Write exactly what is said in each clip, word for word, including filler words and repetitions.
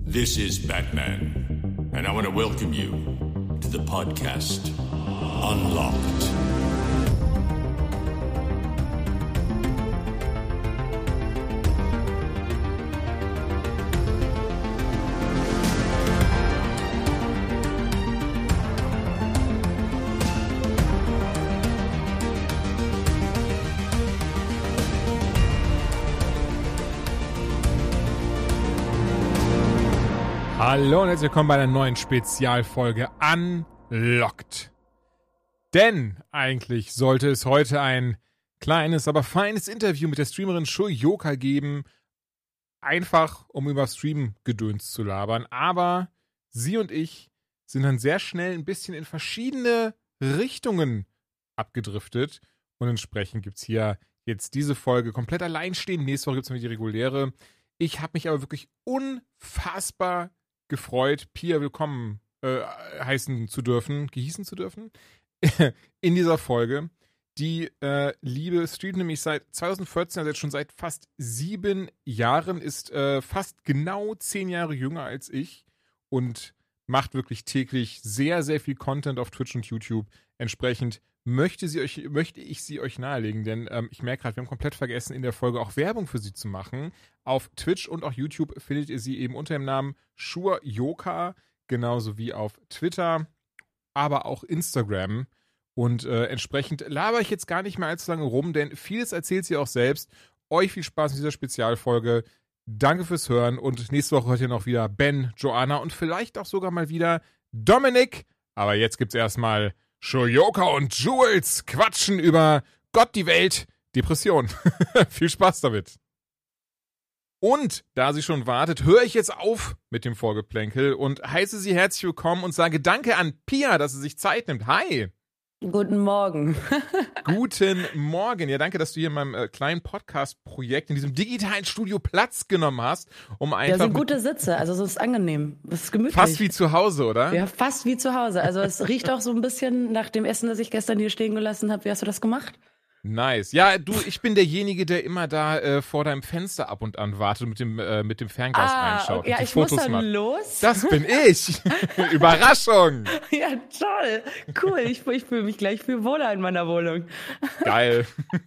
This is Batman, and I want to welcome you to the podcast Unlocked. Hallo und herzlich willkommen bei einer neuen Spezialfolge Unlocked. Denn eigentlich sollte es heute ein kleines, aber feines Interview mit der Streamerin Shoyoka geben, einfach um über Stream-Gedöns zu labern. Aber sie und ich sind dann sehr schnell ein bisschen in verschiedene Richtungen abgedriftet und entsprechend gibt es hier jetzt diese Folge komplett alleinstehend. Nächste Woche gibt es nämlich die reguläre. Ich habe mich aber wirklich unfassbar gefreut, Pia willkommen äh, heißen zu dürfen, gehießen zu dürfen, in dieser Folge. Die äh, Liebe streamt nämlich seit zwanzig vierzehn, also jetzt schon seit fast sieben Jahren, ist äh, fast genau zehn Jahre jünger als ich und macht wirklich täglich sehr, sehr viel Content auf Twitch und YouTube. Entsprechend möchte, sie euch, möchte ich sie euch nahelegen, denn ähm, ich merke gerade, wir haben komplett vergessen, in der Folge auch Werbung für sie zu machen. Auf Twitch und auch YouTube findet ihr sie eben unter dem Namen Shoyoka, genauso wie auf Twitter, aber auch Instagram. Und äh, entsprechend laber ich jetzt gar nicht mehr allzu lange rum, denn vieles erzählt sie auch selbst. Euch viel Spaß mit dieser Spezialfolge. Danke fürs Hören und nächste Woche hört ihr noch wieder Ben, Joanna und vielleicht auch sogar mal wieder Dominik. Aber jetzt gibt's erstmal Shoyoka und Jules quatschen über Gott, die Welt, Depression. Viel Spaß damit. Und da sie schon wartet, höre ich jetzt auf mit dem Vorgeplänkel und heiße sie herzlich willkommen und sage Danke an Pia, dass sie sich Zeit nimmt. Hi. Guten Morgen. Guten Morgen. Ja, danke, dass du hier in meinem äh, kleinen Podcast-Projekt in diesem digitalen Studio Platz genommen hast, um einfach... Ja, sind gute Sitze, also es ist angenehm, es ist gemütlich. Fast wie zu Hause, oder? Ja, fast wie zu Hause. Also es riecht auch so ein bisschen nach dem Essen, das ich gestern hier stehen gelassen habe. Wie hast du das gemacht? Nice. Ja, du, ich bin derjenige, der immer da äh, vor deinem Fenster ab und an wartet und mit dem, äh, mit dem Fernglas ah, reinschaut. Okay, ja, und die ich Fotos muss dann macht. los. Das bin ich. Überraschung. Ja, toll. Cool. Ich, ich fühle mich gleich viel wohler in meiner Wohnung. Geil.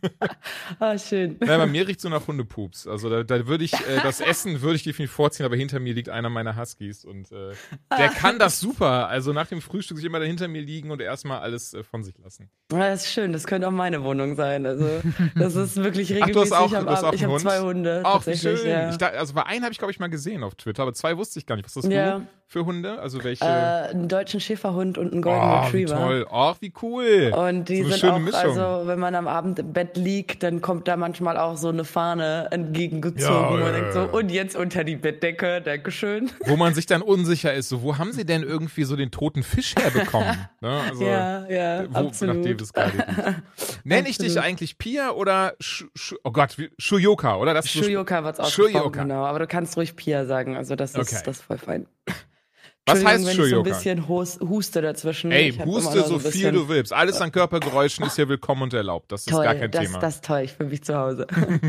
Ah, schön. Ja, bei mir riecht so nach Hundepups. Also da, da würde ich, äh, das Essen würde ich definitiv vorziehen, aber hinter mir liegt einer meiner Huskies und äh, der kann das super. Also nach dem Frühstück sich immer da hinter mir liegen und erstmal alles äh, von sich lassen. Ja, das ist schön. Das könnte auch meine Wohnung sein. Also das ist wirklich regelmäßig. Ach, du hast auch, am du hast auch Abend. Ich habe zwei Hunde. Auch tatsächlich, schön. Ja. Ich dachte, also bei einen habe ich, glaube ich, mal gesehen auf Twitter, aber zwei wusste ich gar nicht. Was hast ja. du für Hunde? Also welche? Äh, einen deutschen Schäferhund und einen Golden oh, Retriever. Wie toll. Ach, wie cool. Und die so eine sind schöne auch, Mischung. also wenn man am Abend im Bett liegt, dann kommt da manchmal auch so eine Fahne entgegengezogen. Ja, und man ja, denkt so, ja. und jetzt unter die Bettdecke, Dankeschön. Wo man sich dann unsicher ist, so, wo haben sie denn irgendwie so den toten Fisch herbekommen? Ne? Also, ja, ja, wo, absolut. Nach Davis Nenne ich dich eigentlich Pia oder Sh- Sh- oh Gott, wie- Shoyoka, oder? Das ist so Shoyoka wird's ausgesprochen, Shoyoka. genau. Aber du kannst ruhig Pia sagen, also das ist, Okay. das ist voll fein. Was heißt wenn ich so ein Shoyoka? bisschen hus- huste dazwischen. Ey, Ich hab huste immer noch so ein viel bisschen- du willst. Alles an Körpergeräuschen ist hier willkommen und erlaubt. Das ist Toll, gar kein das, Thema. das ist toll, ich fühle mich zu Hause.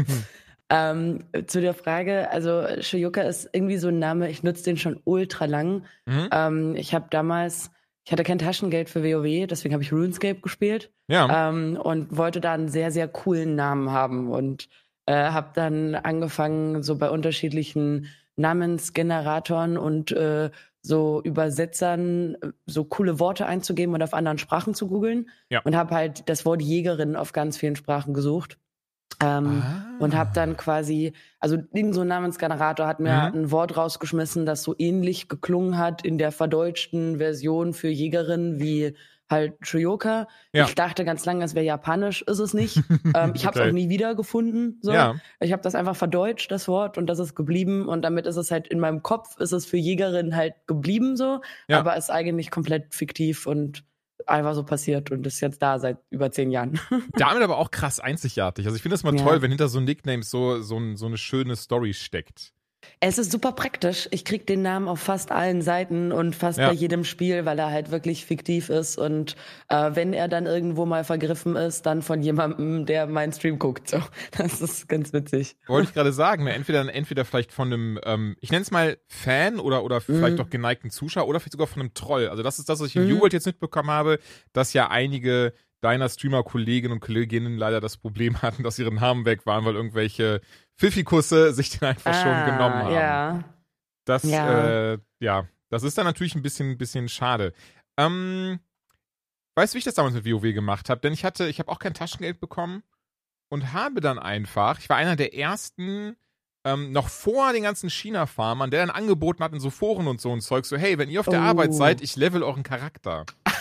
ähm, zu der Frage, also Shoyoka ist irgendwie so ein Name, ich nutze den schon ultra lang. Mhm. Ähm, ich habe damals, ich hatte kein Taschengeld für WoW, deswegen habe ich RuneScape gespielt Ja. ähm, und wollte da einen sehr, sehr coolen Namen haben und äh, habe dann angefangen, so bei unterschiedlichen Namensgeneratoren und äh, so Übersetzern äh, so coole Worte einzugeben und auf anderen Sprachen zu googeln. Ja. Und habe halt das Wort Jägerin auf ganz vielen Sprachen gesucht. Ähm, Ah. Und habe dann quasi, also irgend so ein Namensgenerator hat mir Mhm. ein Wort rausgeschmissen, das so ähnlich geklungen hat in der verdeutschten Version für Jägerin wie halt Shoyoka. Ja. Ich dachte ganz lange, es wäre japanisch, ist es nicht. ähm, ich habe es Okay. auch nie wieder gefunden. So. Ja. Ich habe das einfach verdeutscht, das Wort, und das ist geblieben. Und damit ist es halt in meinem Kopf, ist es für Jägerin halt geblieben so. Ja. Aber ist eigentlich komplett fiktiv und einfach so passiert und ist jetzt da seit über zehn Jahren. Damit aber auch krass einzigartig. Also ich finde das mal Ja. toll, wenn hinter so Nicknames so, so, ein, so eine schöne Story steckt. Es ist super praktisch. Ich krieg den Namen auf fast allen Seiten und fast Ja. bei jedem Spiel, weil er halt wirklich fiktiv ist. Und äh, wenn er dann irgendwo mal vergriffen ist, dann von jemandem, der meinen Stream guckt. So, das ist ganz witzig. Wollte ich gerade sagen, ne? entweder, entweder vielleicht von einem, ähm, ich nenne es mal Fan oder, oder vielleicht Mhm. auch geneigten Zuschauer oder vielleicht sogar von einem Troll. Also das ist das, was ich in Mhm. New World jetzt mitbekommen habe, dass ja einige deiner Streamer-Kolleginnen und Kolleginnen leider das Problem hatten, dass ihre Namen weg waren, weil irgendwelche Pfiffikusse sich den einfach schon genommen haben. Ja. Das, Ja. äh, ja, das ist dann natürlich ein bisschen, bisschen schade. Ähm, weißt du, wie ich das damals mit WoW gemacht habe? Denn ich hatte, ich habe auch kein Taschengeld bekommen und habe dann einfach, ich war einer der ersten, ähm, noch vor den ganzen China-Farmern, der dann angeboten hat in so Foren und so ein Zeug, so, hey, wenn ihr auf der Oh. Arbeit seid, ich level euren Charakter.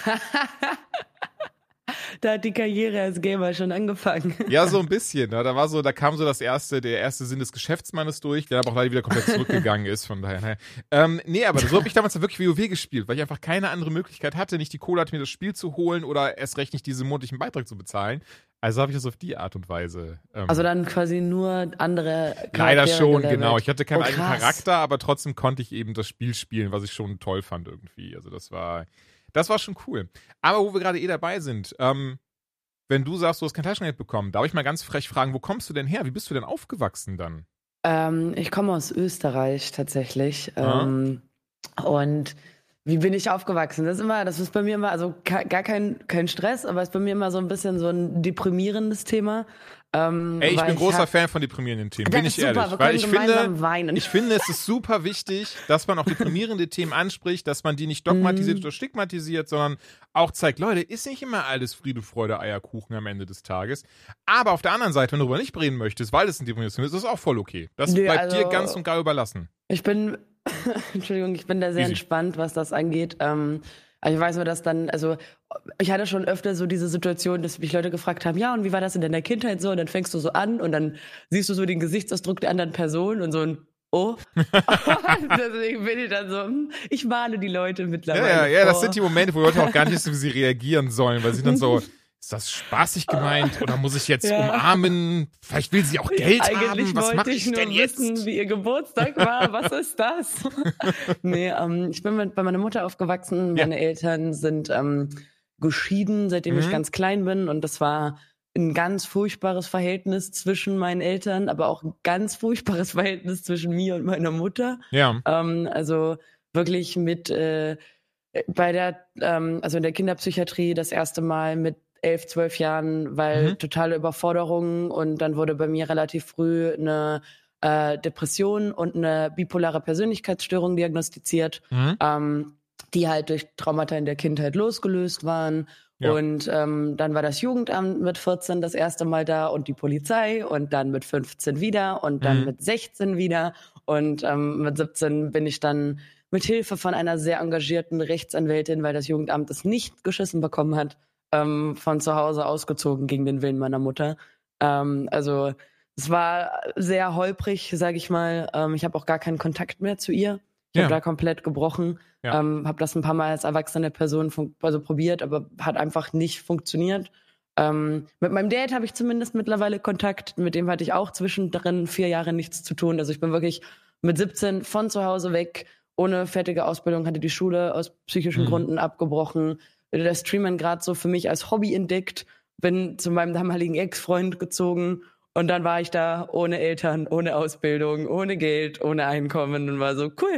Da hat die Karriere als Gamer schon angefangen. Ja, so ein bisschen. Ne? Da war so, da kam so das erste, der erste Sinn des Geschäftsmannes durch, der aber auch leider wieder komplett zurückgegangen ist, von daher. Ne? Ähm, nee, aber so habe ich damals wirklich WoW gespielt, weil ich einfach keine andere Möglichkeit hatte, nicht die Kohle hatte, mir das Spiel zu holen oder erst recht nicht diesen monatlichen Beitrag zu bezahlen. Also habe ich das auf die Art und Weise. Ähm, Also dann quasi nur andere Charaktere leider schon, gelevelt. genau. Ich hatte keinen Oh, eigenen krass. Charakter, aber trotzdem konnte ich eben das Spiel spielen, was ich schon toll fand irgendwie. Also das war, das war schon cool. Aber wo wir gerade eh dabei sind, ähm, wenn du sagst, du hast kein Taschengeld bekommen, darf ich mal ganz frech fragen, wo kommst du denn her? Wie bist du denn aufgewachsen dann? Ähm, ich komme aus Österreich tatsächlich. Ah. Ähm, und wie bin ich aufgewachsen? Das ist immer, das ist bei mir immer, also ka- gar kein, kein Stress, aber es ist bei mir immer so ein bisschen so ein deprimierendes Thema. Ähm, Ey, ich weil bin großer hab- Fan von deprimierenden Themen, Das bin ist ich super, ehrlich. wir Weil können ich gemeinsam finde, weinen. ich finde, es ist super wichtig, dass man auch deprimierende Themen anspricht, dass man die nicht dogmatisiert Mhm. oder stigmatisiert, sondern auch zeigt, Leute, ist nicht immer alles Friede, Freude, Eierkuchen am Ende des Tages. Aber auf der anderen Seite, wenn du darüber nicht reden möchtest, weil es ein deprimierendes Thema ist, ist das auch voll okay. Das Nö, bleibt also- dir ganz und gar überlassen. Ich bin, Entschuldigung, ich bin da sehr Easy. entspannt, was das angeht. Ähm, aber ich weiß nur, dass dann, also ich hatte schon öfter so diese Situation, dass mich Leute gefragt haben, ja, und wie war das in deiner Kindheit so? Und dann fängst du so an und dann siehst du so den Gesichtsausdruck der anderen Person und so ein Oh. Deswegen bin ich dann so, hm, ich warne die Leute mittlerweile Ja, ja, ja, das vor. sind die Momente, wo Leute auch gar nicht wissen, wie sie reagieren sollen, weil sie dann so, ist das spaßig gemeint oder muss ich jetzt Ja. umarmen? Vielleicht will sie auch Geld Eigentlich haben. Was wollte mache ich ich nur denn jetzt? wissen, wie ihr Geburtstag war. Was ist das? nee, ähm, ich bin mit, bei meiner Mutter aufgewachsen. Ja. Meine Eltern sind ähm, geschieden, seitdem ich Mhm. ganz klein bin. Und das war ein ganz furchtbares Verhältnis zwischen meinen Eltern, aber auch ein ganz furchtbares Verhältnis zwischen mir und meiner Mutter. Ja. Ähm, also wirklich mit äh, bei der, ähm, also in der Kinderpsychiatrie das erste Mal mit elf, zwölf Jahren, weil Mhm. totale Überforderung und dann wurde bei mir relativ früh eine äh, Depression und eine bipolare Persönlichkeitsstörung diagnostiziert, Mhm. ähm, die halt durch Traumata in der Kindheit losgelöst waren. Ja. Und ähm, dann war das Jugendamt mit vierzehn das erste Mal da und die Polizei und dann mit fünfzehn wieder und dann Mhm. mit sechzehn wieder und ähm, mit siebzehn bin ich dann mit Hilfe von einer sehr engagierten Rechtsanwältin, weil das Jugendamt es nicht geschissen bekommen hat, ähm, von zu Hause ausgezogen gegen den Willen meiner Mutter. Ähm, also es war sehr holprig, sage ich mal. Ähm, ich habe auch gar keinen Kontakt mehr zu ihr. Ich Ja. habe da komplett gebrochen. Ja. Ähm, habe das ein paar Mal als erwachsene Person fun- also probiert, aber hat einfach nicht funktioniert. Ähm, mit meinem Dad habe ich zumindest mittlerweile Kontakt. Mit dem hatte ich auch zwischendrin vier Jahre nichts zu tun. Also ich bin wirklich mit siebzehn von zu Hause weg, ohne fertige Ausbildung, hatte die Schule aus psychischen Mhm. Gründen abgebrochen. Das Streamen gerade so für mich als Hobby entdeckt. Bin zu meinem damaligen Ex-Freund gezogen und dann war ich da ohne Eltern, ohne Ausbildung, ohne Geld, ohne Einkommen und war so, cool,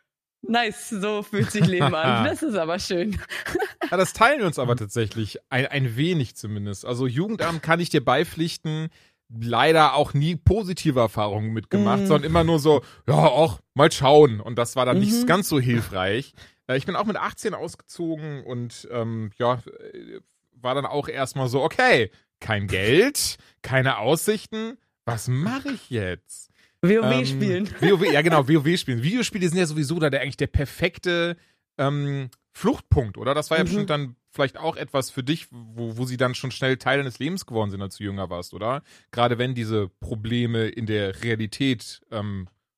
nice, so fühlt sich Leben an. Das ist aber schön. Ja, das teilen wir uns aber tatsächlich, ein, ein wenig zumindest. Also Jugendamt kann ich dir beipflichten, leider auch nie positive Erfahrungen mitgemacht, Mhm. sondern immer nur so, ja, auch mal schauen. Und das war dann nicht Mhm. ganz so hilfreich. Äh, Ich bin auch mit achtzehn ausgezogen und ähm, ja, äh, war dann auch erstmal so, okay, kein Geld, keine Aussichten, was mache ich jetzt? WoW Ähm, spielen. WoW, ja genau, WoW spielen. Videospiele sind ja sowieso da der, eigentlich der perfekte ähm, Fluchtpunkt, oder? Das war ja Mhm. bestimmt dann vielleicht auch etwas für dich, wo, wo sie dann schon schnell Teil deines Lebens geworden sind, als du jünger warst, oder? Gerade wenn diese Probleme in der Realität ähm,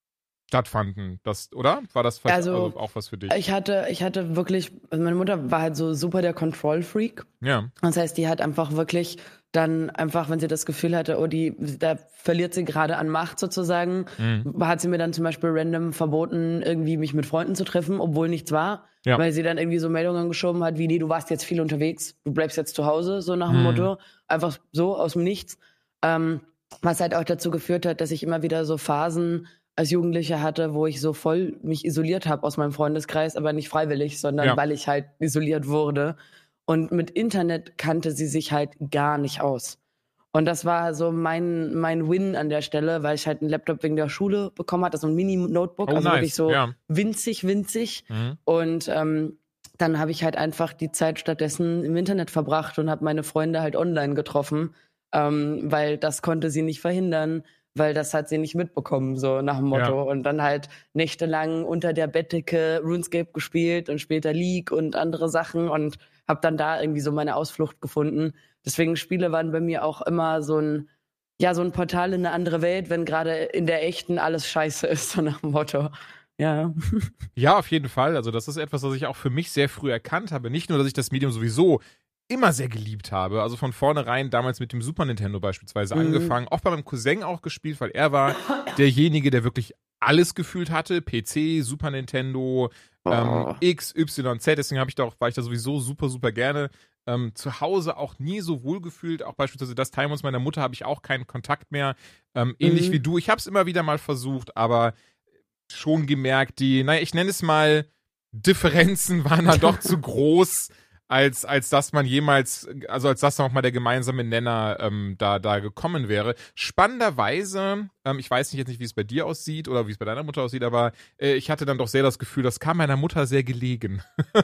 stattfanden. Das, oder? War das vielleicht Also, also auch was für dich? Ich hatte, ich hatte wirklich, also meine Mutter war halt so super der Control-Freak. Ja. Das heißt, die hat einfach wirklich dann einfach, wenn sie das Gefühl hatte, oh, die, da verliert sie gerade an Macht sozusagen, Mhm. hat sie mir dann zum Beispiel random verboten, irgendwie mich mit Freunden zu treffen, obwohl nichts war, Ja. weil sie dann irgendwie so Meldungen geschoben hat, wie, nee, du warst jetzt viel unterwegs, du bleibst jetzt zu Hause, so nach dem Mhm. Motto, einfach so aus dem Nichts. Ähm, was halt auch dazu geführt hat, dass ich immer wieder so Phasen als Jugendliche hatte, wo ich so voll mich isoliert habe aus meinem Freundeskreis, aber nicht freiwillig, sondern Ja. weil ich halt isoliert wurde. Und mit Internet kannte sie sich halt gar nicht aus. Und das war so mein, mein Win an der Stelle, weil ich halt einen Laptop wegen der Schule bekommen hatte, so ein Mini-Notebook, Oh, also nice. wirklich so Ja. winzig, winzig. Mhm. Und ähm, dann habe ich halt einfach die Zeit stattdessen im Internet verbracht und habe meine Freunde halt online getroffen, ähm, weil das konnte sie nicht verhindern, weil das hat sie nicht mitbekommen, so nach dem Motto. Ja. Und dann halt nächtelang unter der Bettdecke RuneScape gespielt und später League und andere Sachen und habe dann da irgendwie so meine Ausflucht gefunden. Deswegen Spiele waren bei mir auch immer so ein, ja, so ein Portal in eine andere Welt, wenn gerade in der echten alles scheiße ist, so nach dem Motto. Ja. Ja, auf jeden Fall. Also das ist etwas, was ich auch für mich sehr früh erkannt habe. Nicht nur, dass ich das Medium sowieso immer sehr geliebt habe. Also von vornherein damals mit dem Super Nintendo beispielsweise Mhm. angefangen. Auch bei meinem Cousin auch gespielt, weil er war derjenige, der wirklich alles gefühlt hatte. P C, Super Nintendo, ähm, Oh. X, Y, Z. Deswegen habe ich da auch, war ich da sowieso super, super gerne. Ähm, zu Hause auch nie so wohl gefühlt. Auch beispielsweise das Time meiner Mutter habe ich auch keinen Kontakt mehr. Ähm, ähnlich Mhm. wie du. Ich habe es immer wieder mal versucht, aber schon gemerkt, die, naja, ich nenne es mal, Differenzen waren dann doch zu groß, als, als dass man jemals, also als dass noch mal der gemeinsame Nenner ähm, da, da gekommen wäre. Spannenderweise, ähm, ich weiß nicht jetzt nicht, wie es bei dir aussieht oder wie es bei deiner Mutter aussieht, aber äh, ich hatte dann doch sehr das Gefühl, das kam meiner Mutter sehr gelegen.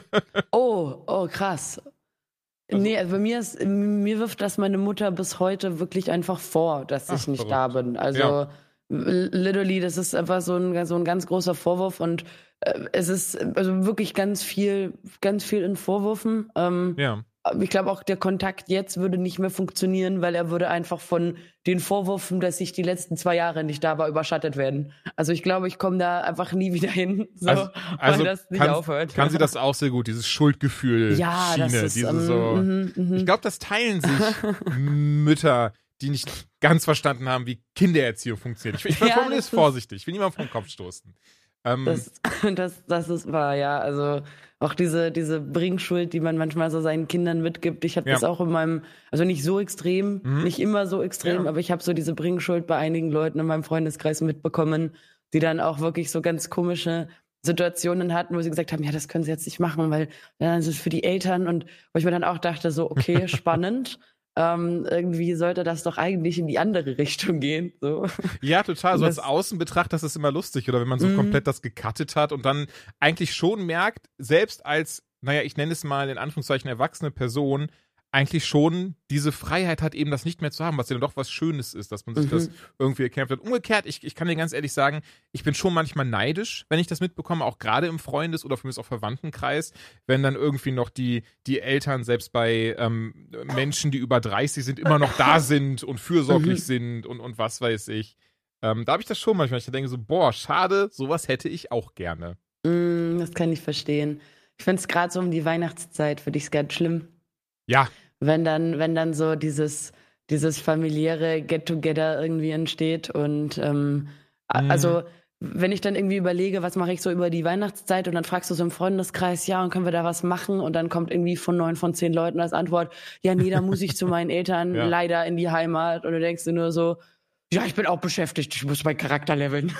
Oh, oh, krass. Also- nee, also bei mir ist, mir wirft das meine Mutter bis heute wirklich einfach vor, dass Ach, ich nicht verrückt. da bin. Also, Ja. literally, das ist einfach so ein, so ein ganz großer Vorwurf und äh, es ist also wirklich ganz viel, ganz viel in Vorwürfen. Ähm, Ja. Ich glaube auch, der Kontakt jetzt würde nicht mehr funktionieren, weil er würde einfach von den Vorwürfen, dass ich die letzten zwei Jahre nicht da war, überschattet werden. Also ich glaube, ich komme da einfach nie wieder hin, so, Also, also weil das nicht kann, aufhört. kann sie das auch sehr gut, dieses Schuldgefühl Ja, Schiene, das ist, diese ähm, so. mhm, mhm. Ich glaube, das teilen sich Mütter, die nicht ganz verstanden haben, wie Kindererziehung funktioniert. Ich, ich Ja, formuliere das es ist- vorsichtig, ich will niemand vom Kopf stoßen. Ähm, Das, das, das ist wahr, ja. Also auch diese, diese Bringschuld, die man manchmal so seinen Kindern mitgibt. Ich habe Ja. das auch in meinem, also nicht so extrem, Mhm. nicht immer so extrem, Ja. aber ich habe so diese Bringschuld bei einigen Leuten in meinem Freundeskreis mitbekommen, die dann auch wirklich so ganz komische Situationen hatten, wo sie gesagt haben, ja, das können sie jetzt nicht machen, weil ja, das ist für die Eltern und wo ich mir dann auch dachte, so, okay, spannend. Ähm, irgendwie sollte das doch eigentlich in die andere Richtung gehen. So. ja, total. So als Das- Außenbetrachter ist es immer lustig, oder wenn man so Mhm. komplett das gecuttet hat und dann eigentlich schon merkt, selbst als, naja, ich nenne es mal in Anführungszeichen erwachsene Person, eigentlich schon diese Freiheit hat, eben das nicht mehr zu haben, was ja doch was Schönes ist, dass man sich Mhm. das irgendwie erkämpft hat. Umgekehrt, ich, ich kann dir ganz ehrlich sagen, ich bin schon manchmal neidisch, wenn ich das mitbekomme, auch gerade im Freundes- oder für mich auch Verwandtenkreis, wenn dann irgendwie noch die, die Eltern, selbst bei ähm, Menschen, die über dreißig sind, immer noch da sind und fürsorglich Mhm. sind und, und was weiß ich. Ähm, da habe ich das schon manchmal. Ich denke so, boah, schade, sowas hätte ich auch gerne. Mm, das kann ich verstehen. Ich finde es gerade so um die Weihnachtszeit, finde ich es ganz schlimm. Ja, Wenn dann, wenn dann so dieses, dieses familiäre Get-Together irgendwie entsteht und ähm, a- Mhm. also wenn ich dann irgendwie überlege, was mache ich so über die Weihnachtszeit und dann fragst du so im Freundeskreis, ja, und können wir da was machen? Und dann kommt irgendwie von neun von zehn Leuten als Antwort, ja, nee, da muss ich zu meinen Eltern Ja. leider in die Heimat. Und du denkst dir nur so, ja, ich bin auch beschäftigt, ich muss meinen Charakter leveln.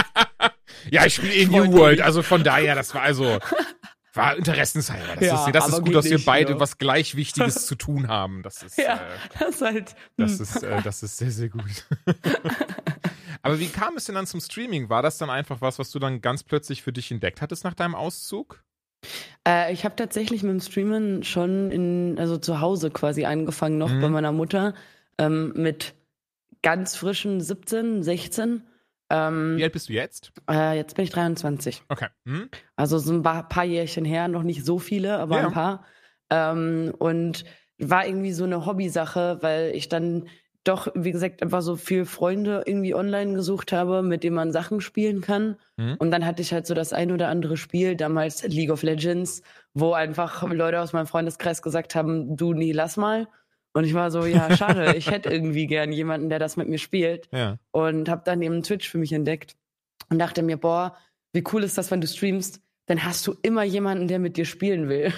ja, ich spiele eh Ich wollte New World, nicht. also von daher, das war also, war interessenshalber. Das Ja, ist, das aber ist gut, geht dass wir nicht, beide ja. was gleich Wichtiges zu tun haben. Das ist, Ja, äh, das ist halt. das hm. ist, äh, das ist sehr, sehr gut. Aber wie kam es denn dann zum Streaming? War das dann einfach was, was du dann ganz plötzlich für dich entdeckt hattest nach deinem Auszug? Äh, ich habe tatsächlich mit dem Streamen schon in, also zu Hause quasi angefangen, noch Mhm. bei meiner Mutter, ähm, mit ganz frischen siebzehn, sechzehn. Ähm, Wie alt bist du jetzt? äh, jetzt bin ich dreiundzwanzig. Okay. Hm? Also so ein paar, paar Jährchen her, noch nicht so viele, aber Ja. ein paar. Ähm, und war irgendwie so eine Hobbysache, weil ich dann doch, wie gesagt, einfach so viel Freunde irgendwie online gesucht habe, mit denen man Sachen spielen kann. Mhm. Und dann hatte ich halt so das ein oder andere Spiel, damals League of Legends, wo einfach Leute aus meinem Freundeskreis gesagt haben, du, nee, lass mal. Und ich war so, ja, schade, ich hätte irgendwie gern jemanden, der das mit mir spielt. Ja. Und habe dann eben Twitch für mich entdeckt und dachte mir, boah, wie cool ist das, wenn du streamst, dann hast du immer jemanden, der mit dir spielen will.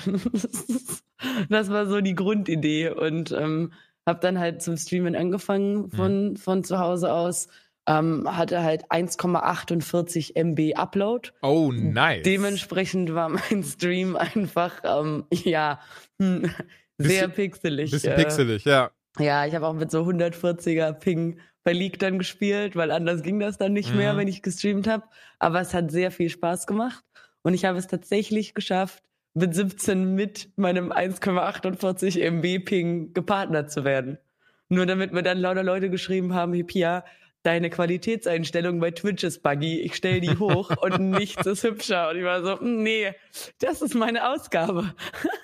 Das war so die Grundidee und ähm, habe dann halt zum Streamen angefangen von, mhm. von zu Hause aus. Ähm, hatte halt eins Komma achtundvierzig Megabyte Upload. Oh, nice. Dementsprechend war mein Stream einfach, ähm, ja, hm, sehr bisschen, pixelig. Bisschen pixelig, ja. Ja, ich habe auch mit so hundertvierziger Ping bei League dann gespielt, weil anders ging das dann nicht mhm. mehr, wenn ich gestreamt habe. Aber es hat sehr viel Spaß gemacht. Und ich habe es tatsächlich geschafft, mit siebzehn mit meinem eins Komma achtundvierzig Megabyte Ping gepartnert zu werden. Nur damit mir dann lauter Leute geschrieben haben, hey Pia, deine Qualitätseinstellung bei Twitch ist buggy, ich stelle die hoch und nichts ist hübscher. Und ich war so, nee, das ist meine Ausgabe.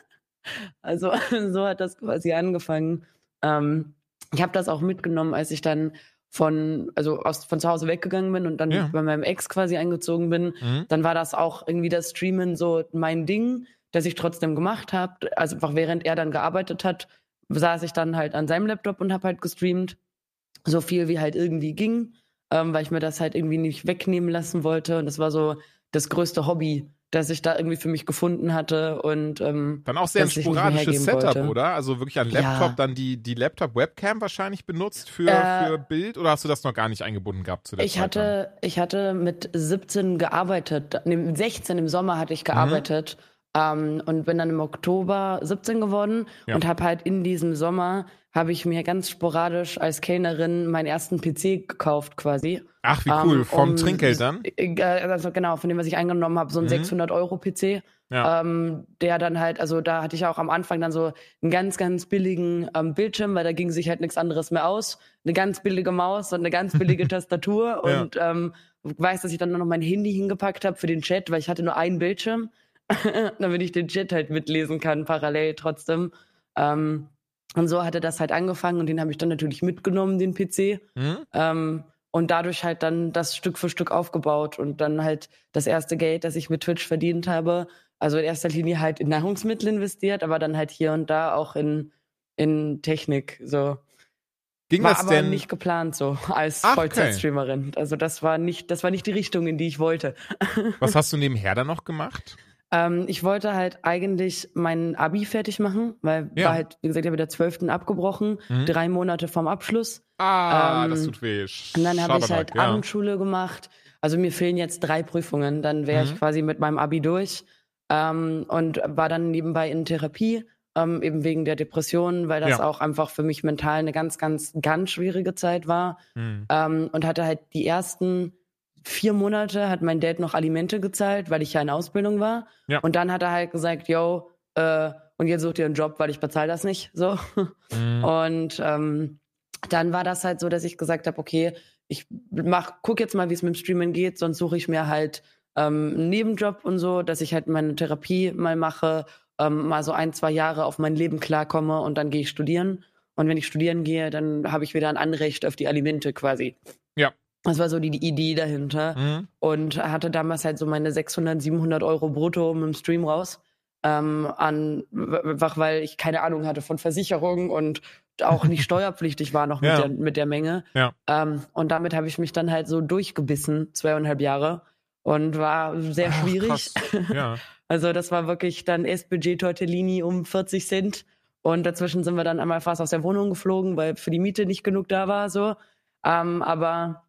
Also so hat das quasi angefangen. Ähm, ich habe das auch mitgenommen, als ich dann von also aus von zu Hause weggegangen bin und dann ja. bei meinem Ex quasi eingezogen bin. Mhm. Dann war das auch irgendwie das Streamen so mein Ding, das ich trotzdem gemacht habe. Also einfach während er dann gearbeitet hat, saß ich dann halt an seinem Laptop und habe halt gestreamt. So viel wie halt irgendwie ging, ähm, weil ich mir das halt irgendwie nicht wegnehmen lassen wollte. Und das war so das größte Hobby, das ich da irgendwie für mich gefunden hatte. Und ähm, dann auch sehr ein sporadisches Setup, wollte. Oder? Also wirklich an Laptop, ja. dann die, die Laptop-Webcam wahrscheinlich benutzt für, äh, für Bild? Oder hast du das noch gar nicht eingebunden gehabt zu der ich Zeit? Hatte, ich hatte mit siebzehn gearbeitet. Nee, mit sechzehn im Sommer hatte ich gearbeitet. Mhm. Um, und bin dann im Oktober siebzehn geworden ja. und habe halt in diesem Sommer habe ich mir ganz sporadisch als Kellnerin meinen ersten P C gekauft quasi. Ach, wie cool. Um, Vom um, Trinkgeld dann? Also genau, von dem, was ich eingenommen habe, so ein mhm. sechshundert Euro P C. Ja. Um, der dann halt, also da hatte ich auch am Anfang dann so einen ganz, ganz billigen um, Bildschirm, weil da ging sich halt nichts anderes mehr aus. Eine ganz billige Maus und eine ganz billige Tastatur ja. und ähm, weiß, dass ich dann noch mein Handy hingepackt habe für den Chat, weil ich hatte nur einen Bildschirm. Damit ich den Chat halt mitlesen kann, parallel trotzdem. Ähm, und so hatte das halt angefangen und den habe ich dann natürlich mitgenommen, den P C. Mhm. Ähm, und dadurch halt dann das Stück für Stück aufgebaut und dann halt das erste Geld, das ich mit Twitch verdient habe, also in erster Linie halt in Nahrungsmittel investiert, aber dann halt hier und da auch in, in Technik, so. Ging war das aber denn nicht geplant so als Ach, Vollzeitstreamerin. Okay. Also das war nicht, das war nicht die Richtung, in die ich wollte. Was hast du nebenher dann noch gemacht? Ähm, ich wollte halt eigentlich mein Abi fertig machen, weil ja. war halt, wie gesagt, ich habe der zwölften abgebrochen, mhm. drei Monate vorm Abschluss. Ah, ähm, das tut weh. Und dann habe ich halt ja. Abendschule gemacht. Also mir fehlen jetzt drei Prüfungen, dann wäre mhm. ich quasi mit meinem Abi durch. Ähm, und war dann nebenbei in Therapie, ähm, eben wegen der Depression, weil das ja. auch einfach für mich mental eine ganz, ganz, ganz schwierige Zeit war. Mhm. Ähm, und hatte halt die ersten vier Monate hat mein Dad noch Alimente gezahlt, weil ich ja in Ausbildung war. Ja. Und dann hat er halt gesagt, yo, äh, und jetzt sucht ihr einen Job, weil ich bezahle das nicht. So. Mhm. Und ähm, dann war das halt so, dass ich gesagt habe, okay, ich mach, guck jetzt mal, wie es mit dem Streamen geht, sonst suche ich mir halt ähm, einen Nebenjob und so, dass ich halt meine Therapie mal mache, ähm, mal so ein, zwei Jahre auf mein Leben klarkomme und dann gehe ich studieren. Und wenn ich studieren gehe, dann habe ich wieder ein Anrecht auf die Alimente quasi. Ja. Das war so die, die Idee dahinter. Mhm. Und hatte damals halt so meine sechshundert, siebenhundert Euro brutto mit dem Stream raus. Ähm, an, einfach weil ich keine Ahnung hatte von Versicherung und auch nicht steuerpflichtig war noch mit, ja. der, mit der Menge. Ja. Ähm, und damit habe ich mich dann halt so durchgebissen, zweieinhalb Jahre. Und war sehr Ach, schwierig. Ja. Also das war wirklich dann Essbudget Tortellini um vierzig Cent. Und dazwischen sind wir dann einmal fast aus der Wohnung geflogen, weil für die Miete nicht genug da war. So. Ähm, aber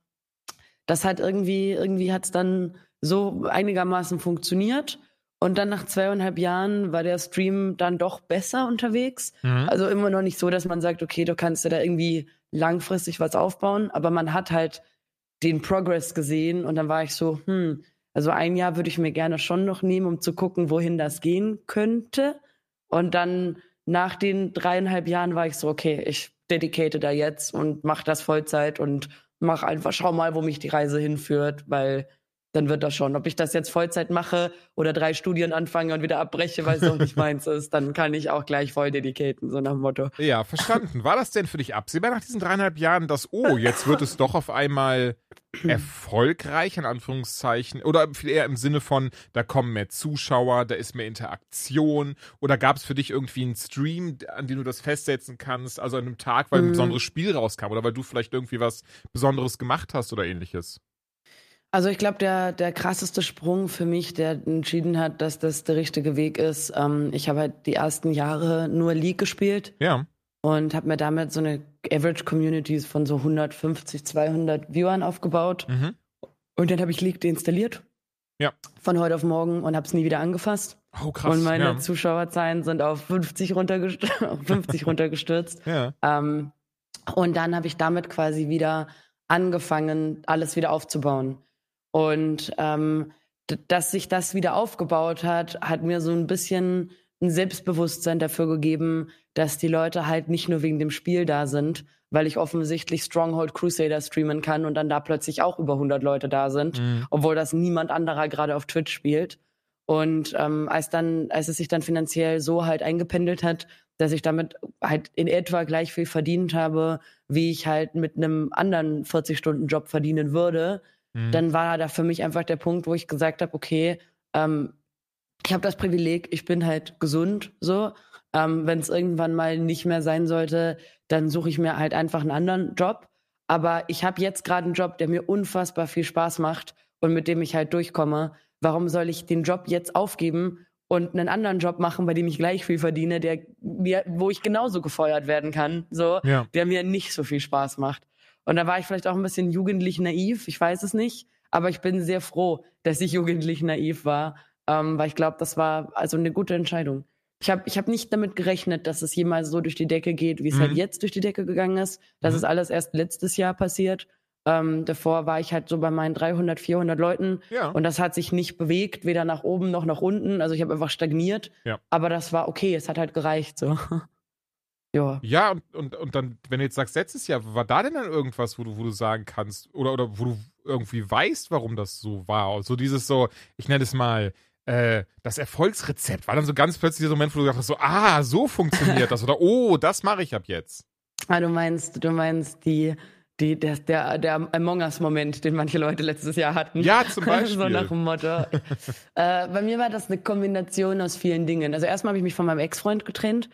das hat irgendwie, irgendwie hat es dann so einigermaßen funktioniert. Und dann nach zweieinhalb Jahren war der Stream dann doch besser unterwegs. Mhm. Also immer noch nicht so, dass man sagt, okay, du kannst dir da irgendwie langfristig was aufbauen. Aber man hat halt den Progress gesehen. Und dann war ich so, hm, also ein Jahr würde ich mir gerne schon noch nehmen, um zu gucken, wohin das gehen könnte. Und dann nach den dreieinhalb Jahren war ich so, okay, ich dedicate da jetzt und mache das Vollzeit und mach einfach, schau mal, wo mich die Reise hinführt, weil dann wird das schon. Ob ich das jetzt Vollzeit mache oder drei Studien anfange und wieder abbreche, weil es auch nicht meins ist, dann kann ich auch gleich voll dedicaten, so nach dem Motto. Ja, verstanden. War das denn für dich absehbar nach diesen dreieinhalb Jahren, dass, oh, jetzt wird es doch auf einmal erfolgreich, in Anführungszeichen, oder viel eher im Sinne von, da kommen mehr Zuschauer, da ist mehr Interaktion, oder gab es für dich irgendwie einen Stream, an dem du das festsetzen kannst, also an einem Tag, weil ein Mhm. besonderes Spiel rauskam, oder weil du vielleicht irgendwie was Besonderes gemacht hast oder ähnliches? Also ich glaube, der, der krasseste Sprung für mich, der entschieden hat, dass das der richtige Weg ist, ähm, ich habe halt die ersten Jahre nur League gespielt Ja. und habe mir damit so eine Average-Community von so hundertfünfzig, zweihundert Viewern aufgebaut. Mhm. Und dann habe ich League deinstalliert. Ja. Von heute auf morgen und habe es nie wieder angefasst. Oh, krass. Und meine ja. Zuschauerzahlen sind auf fünfzig, runtergestürzt, auf fünfzig runtergestürzt. Ja. Ähm, und dann habe ich damit quasi wieder angefangen, alles wieder aufzubauen. Und ähm, d- dass sich das wieder aufgebaut hat, hat mir so ein bisschen ein Selbstbewusstsein dafür gegeben, dass die Leute halt nicht nur wegen dem Spiel da sind, weil ich offensichtlich Stronghold Crusader streamen kann und dann da plötzlich auch über hundert Leute da sind, Mhm. obwohl das niemand anderer gerade auf Twitch spielt. Und ähm, als dann, als es sich dann finanziell so halt eingependelt hat, dass ich damit halt in etwa gleich viel verdient habe, wie ich halt mit einem anderen vierzig-Stunden-Job verdienen würde, Mhm. dann war da für mich einfach der Punkt, wo ich gesagt habe, okay, ähm, ich habe das Privileg, ich bin halt gesund, so. Ähm, wenn es irgendwann mal nicht mehr sein sollte, dann suche ich mir halt einfach einen anderen Job. Aber ich habe jetzt gerade einen Job, der mir unfassbar viel Spaß macht und mit dem ich halt durchkomme. Warum soll ich den Job jetzt aufgeben und einen anderen Job machen, bei dem ich gleich viel verdiene, der mir, wo ich genauso gefeuert werden kann, so, Ja. der mir nicht so viel Spaß macht. Und da war ich vielleicht auch ein bisschen jugendlich naiv, ich weiß es nicht, aber ich bin sehr froh, dass ich jugendlich naiv war, ähm, weil ich glaube, das war also eine gute Entscheidung. Ich habe ich hab nicht damit gerechnet, dass es jemals so durch die Decke geht, wie es Mhm. halt jetzt durch die Decke gegangen ist. Das Mhm. ist alles erst letztes Jahr passiert. Ähm, davor war ich halt so bei meinen dreihundert, vierhundert Leuten Ja. und das hat sich nicht bewegt, weder nach oben noch nach unten. Also ich habe einfach stagniert, Ja. aber das war okay, es hat halt gereicht so. Ja. Ja, und, und, und dann, wenn du jetzt sagst, letztes Jahr, war da denn dann irgendwas, wo du, wo du sagen kannst, oder, oder wo du irgendwie weißt, warum das so war? So dieses so, ich nenne es mal, äh, das Erfolgsrezept, war dann so ganz plötzlich dieser Moment, wo du dachtest, so, ah, so funktioniert das, oder oh, das mache ich ab jetzt. Ah, du meinst, du meinst die, die, der, der, der Among Us-Moment, den manche Leute letztes Jahr hatten. Ja, zum Beispiel. So nach dem Motto. äh, bei mir war das eine Kombination aus vielen Dingen. Also erstmal habe ich mich von meinem Ex-Freund getrennt.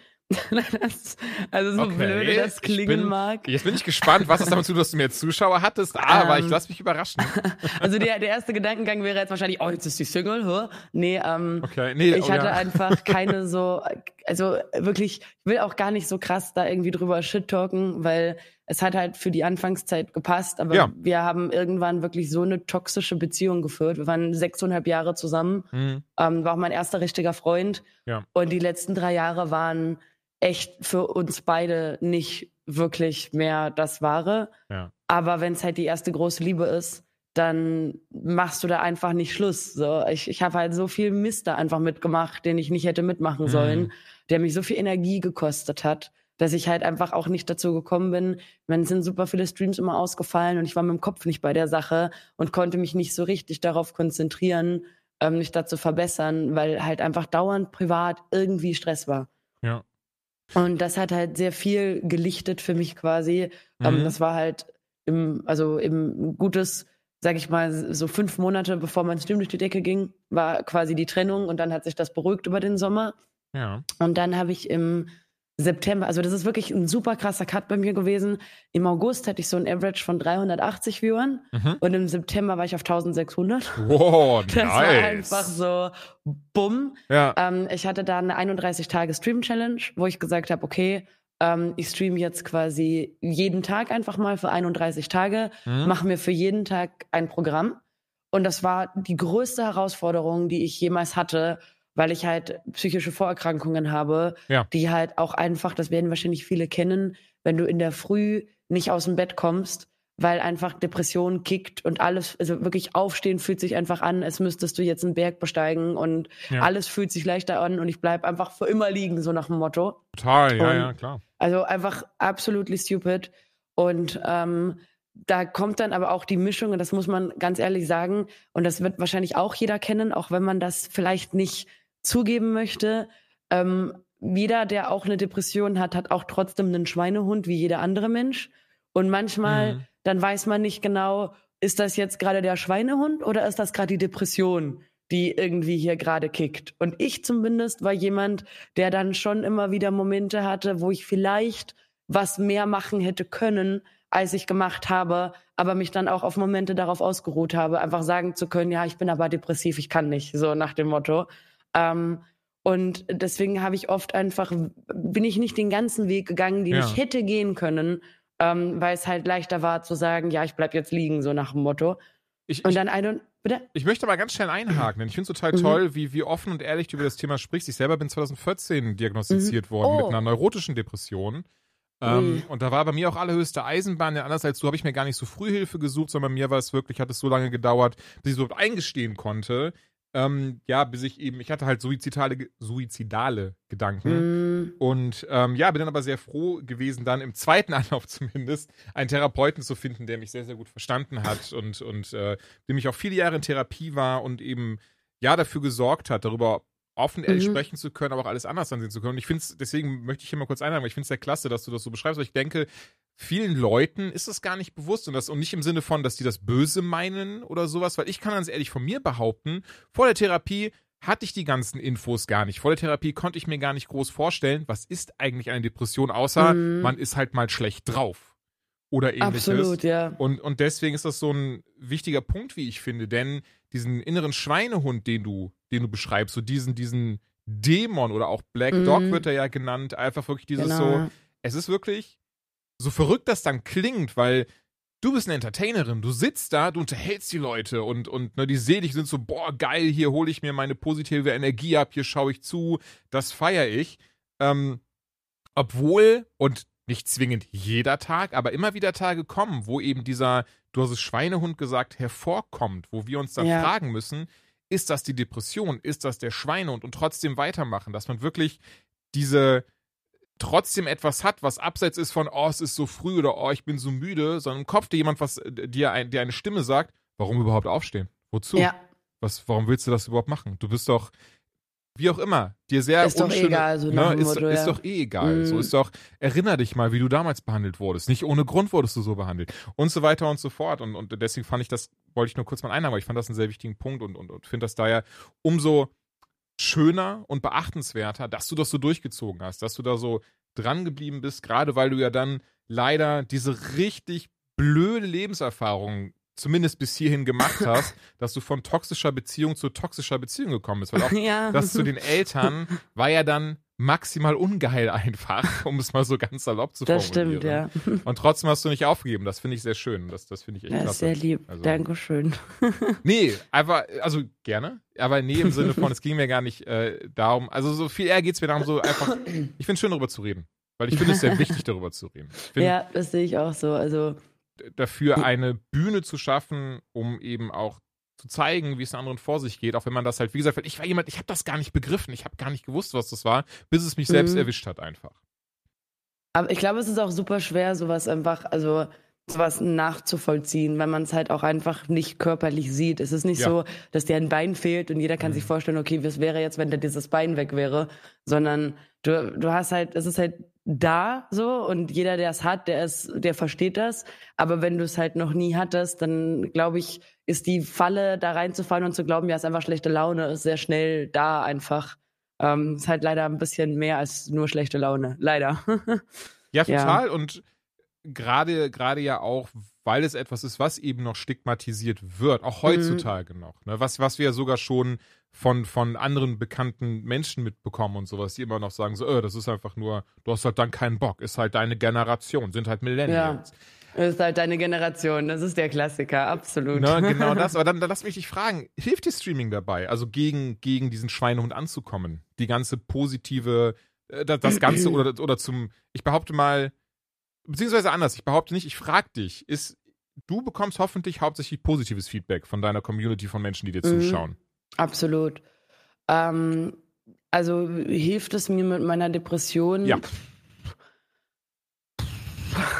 das, also so Okay, blöde das ich klingen bin- mag. Jetzt bin ich gespannt, was das damit zu tun, dass du mehr Zuschauer hattest, aber Ähm. ich lass mich überraschen. Also der, der erste Gedankengang wäre jetzt wahrscheinlich, oh, jetzt ist die Single, hä? Nee, ähm, Okay, nee, ich oh, hatte ja. einfach keine so, also wirklich, ich will auch gar nicht so krass da irgendwie drüber shit-talken, weil es hat halt für die Anfangszeit gepasst, aber Ja. wir haben irgendwann wirklich so eine toxische Beziehung geführt. Wir waren sechseinhalb Jahre zusammen, Hm, ähm, war auch mein erster richtiger Freund ja. und die letzten drei Jahre waren echt für uns beide nicht wirklich mehr das Wahre. Ja. Aber wenn es halt die erste große Liebe ist, dann machst du da einfach nicht Schluss. So, ich ich habe halt so viel Mist da einfach mitgemacht, den ich nicht hätte mitmachen sollen, Mhm. der mich so viel Energie gekostet hat, dass ich halt einfach auch nicht dazu gekommen bin. Dann sind super viele Streams immer ausgefallen und ich war mit dem Kopf nicht bei der Sache und konnte mich nicht so richtig darauf konzentrieren, ähm, mich da zu verbessern, weil halt einfach dauernd privat irgendwie Stress war. Ja. Und das hat halt sehr viel gelichtet für mich quasi. Ähm, Mhm. das war halt im, also im gutes, sag ich mal, so fünf Monate bevor mein Stream durch die Decke ging, war quasi die Trennung und dann hat sich das beruhigt über den Sommer. Ja. Und dann habe ich im September, also das ist wirklich ein super krasser Cut bei mir gewesen. Im August hatte ich so ein Average von dreihundertachtzig Viewern Mhm. und im September war ich auf eintausendsechshundert. Wow, Das war nice. einfach so bumm. Ja. Ähm, ich hatte da eine einunddreißig-Tage-Stream-Challenge, wo ich gesagt habe, okay, ähm, ich streame jetzt quasi jeden Tag einfach mal für einunddreißig Tage, Mhm. mache mir für jeden Tag ein Programm. Und das war die größte Herausforderung, die ich jemals hatte, weil ich halt psychische Vorerkrankungen habe, Ja. die halt auch einfach, das werden wahrscheinlich viele kennen, wenn du in der Früh nicht aus dem Bett kommst, weil einfach Depression kickt und alles, also wirklich aufstehen fühlt sich einfach an, als müsstest du jetzt einen Berg besteigen und Ja. alles fühlt sich leichter an und ich bleib einfach für immer liegen, so nach dem Motto. Total, ja, Und- ja, klar. Also einfach absolutely stupid. Und ähm, da kommt dann aber auch die Mischung, und das muss man ganz ehrlich sagen, und das wird wahrscheinlich auch jeder kennen, auch wenn man das vielleicht nicht zugeben möchte. Ähm, jeder, der auch eine Depression hat, hat auch trotzdem einen Schweinehund wie jeder andere Mensch. Und manchmal, mhm. dann weiß man nicht genau, ist das jetzt gerade der Schweinehund oder ist das gerade die Depression, die irgendwie hier gerade kickt. Und ich zumindest war jemand, der dann schon immer wieder Momente hatte, wo ich vielleicht was mehr machen hätte können, als ich gemacht habe, aber mich dann auch auf Momente darauf ausgeruht habe, einfach sagen zu können, ja, ich bin aber depressiv, ich kann nicht, so nach dem Motto. Ähm, und deswegen habe ich oft einfach, bin ich nicht den ganzen Weg gegangen, den ja. ich hätte gehen können, ähm, weil es halt leichter war zu sagen, ja, ich bleib jetzt liegen, so nach dem Motto. Ich, und ich, dann ein Bitte? Ich möchte aber ganz schnell einhaken, denn ich finde es total mhm. toll, wie, wie offen und ehrlich du über das Thema sprichst. Ich selber bin zwanzig vierzehn diagnostiziert mhm. worden oh. mit einer neurotischen Depression. Ähm, mhm. Und da war bei mir auch allerhöchste Eisenbahn. Ja, anders als du habe ich mir gar nicht so früh Hilfe gesucht, sondern bei mir war es wirklich, hat es so lange gedauert, bis ich so überhaupt eingestehen konnte. Ähm, ja, bis ich eben, ich hatte halt suizidale, suizidale Gedanken. Mm. Und ähm, ja, bin dann aber sehr froh gewesen, dann im zweiten Anlauf zumindest einen Therapeuten zu finden, der mich sehr, sehr gut verstanden hat und, und äh, dem ich auch viele Jahre in Therapie war und eben ja dafür gesorgt hat, darüber offen ehrlich mhm. sprechen zu können, aber auch alles anders ansehen zu können. Und ich finde es, deswegen möchte ich hier mal kurz einhaken, weil ich finde es sehr klasse, dass du das so beschreibst, weil ich denke, vielen Leuten ist das gar nicht bewusst und das und nicht im Sinne von, dass die das Böse meinen oder sowas, weil ich kann ganz ehrlich von mir behaupten, vor der Therapie hatte ich die ganzen Infos gar nicht. Vor der Therapie konnte ich mir gar nicht groß vorstellen, was ist eigentlich eine Depression, außer mhm. man ist halt mal schlecht drauf oder ähnliches. Absolut, ja. Und, und deswegen ist das so ein wichtiger Punkt, wie ich finde, denn diesen inneren Schweinehund, den du, den du beschreibst, so diesen, diesen Dämon oder auch Black mhm. Dog wird er ja genannt, einfach wirklich dieses genau. so, es ist wirklich so verrückt das dann klingt, weil du bist eine Entertainerin, du sitzt da, du unterhältst die Leute und, und ne, die selig sind so, boah, geil, hier hole ich mir meine positive Energie ab, hier schaue ich zu, das feiere ich. Ähm, obwohl, und nicht zwingend jeder Tag, aber immer wieder Tage kommen, wo eben dieser, du hast es Schweinehund gesagt, hervorkommt, wo wir uns dann ja. fragen müssen, ist das die Depression, ist das der Schweinehund und trotzdem weitermachen, dass man wirklich diese trotzdem etwas hat, was abseits ist von, oh, es ist so früh oder oh, ich bin so müde, sondern im Kopf dir jemand, was dir, ein, dir eine Stimme sagt, warum überhaupt aufstehen? Wozu? Ja. Was, warum willst du das überhaupt machen? Du bist doch, wie auch immer, dir sehr ist unschöne, doch egal, so ne, ist, Motto, ist ja. doch eh egal. Mm. So ist doch, erinner dich mal, wie du damals behandelt wurdest. Nicht ohne Grund wurdest du so behandelt. Und so weiter und so fort. Und, und deswegen fand ich das, wollte ich nur kurz mal einhaken, weil ich fand das einen sehr wichtigen Punkt und, und, und finde das daher umso schöner und beachtenswerter, dass du das so durchgezogen hast, dass du da so dran geblieben bist, gerade weil du ja dann leider diese richtig blöde Lebenserfahrung zumindest bis hierhin gemacht hast, dass du von toxischer Beziehung zu toxischer Beziehung gekommen bist. Weil auch ja. das zu den Eltern war ja dann maximal ungeil einfach, um es mal so ganz salopp zu das formulieren. Das stimmt, ja. Und trotzdem hast du nicht aufgegeben. Das finde ich sehr schön. Das, das finde ich echt ja, klasse. Sehr lieb. Also, Dankeschön. Nee, einfach, also gerne. Aber nee, im Sinne von, es ging mir gar nicht äh, darum, also so viel eher geht es mir darum, so einfach, ich finde es schön, darüber zu reden. Weil ich finde es sehr wichtig, darüber zu reden. Find, ja, das sehe ich auch so. Also dafür eine Bühne zu schaffen, um eben auch zu zeigen, wie es den anderen vor sich geht, auch wenn man das halt, wie gesagt, weil ich war jemand, ich habe das gar nicht begriffen, ich habe gar nicht gewusst, was das war, bis es mich selbst mhm. erwischt hat einfach. Aber ich glaube, es ist auch super schwer, sowas einfach, also sowas nachzuvollziehen, weil man es halt auch einfach nicht körperlich sieht. Es ist nicht ja. so, dass dir ein Bein fehlt und jeder kann mhm. sich vorstellen, okay, was wäre jetzt, wenn da dieses Bein weg wäre, sondern du, du hast halt, es ist halt da so und jeder, der es hat, der ist, der versteht das. Aber wenn du es halt noch nie hattest, dann glaube ich, ist die Falle, da reinzufallen und zu glauben, ja, ist einfach schlechte Laune, ist sehr schnell da einfach. Ähm, ist halt leider ein bisschen mehr als nur schlechte Laune. Leider. Ja, total. Ja. Und gerade, gerade ja auch, weil es etwas ist, was eben noch stigmatisiert wird, auch heutzutage mhm. noch. Ne? Was, was wir sogar schon von, von anderen bekannten Menschen mitbekommen und sowas, die immer noch sagen, so, äh, das ist einfach nur, du hast halt dann keinen Bock, ist halt deine Generation, sind halt Millennials. Ja, ist halt deine Generation, das ist der Klassiker, absolut. Ne, genau das, aber dann, dann lass mich dich fragen, hilft dir Streaming dabei, also gegen, gegen diesen Schweinehund anzukommen? Die ganze positive, äh, das, das Ganze oder, oder zum, ich behaupte mal, beziehungsweise anders, ich behaupte nicht, ich frage dich, ist, du bekommst hoffentlich hauptsächlich positives Feedback von deiner Community von Menschen, die dir mhm. zuschauen. Absolut. Ähm, also hilft es mir mit meiner Depression? Ja.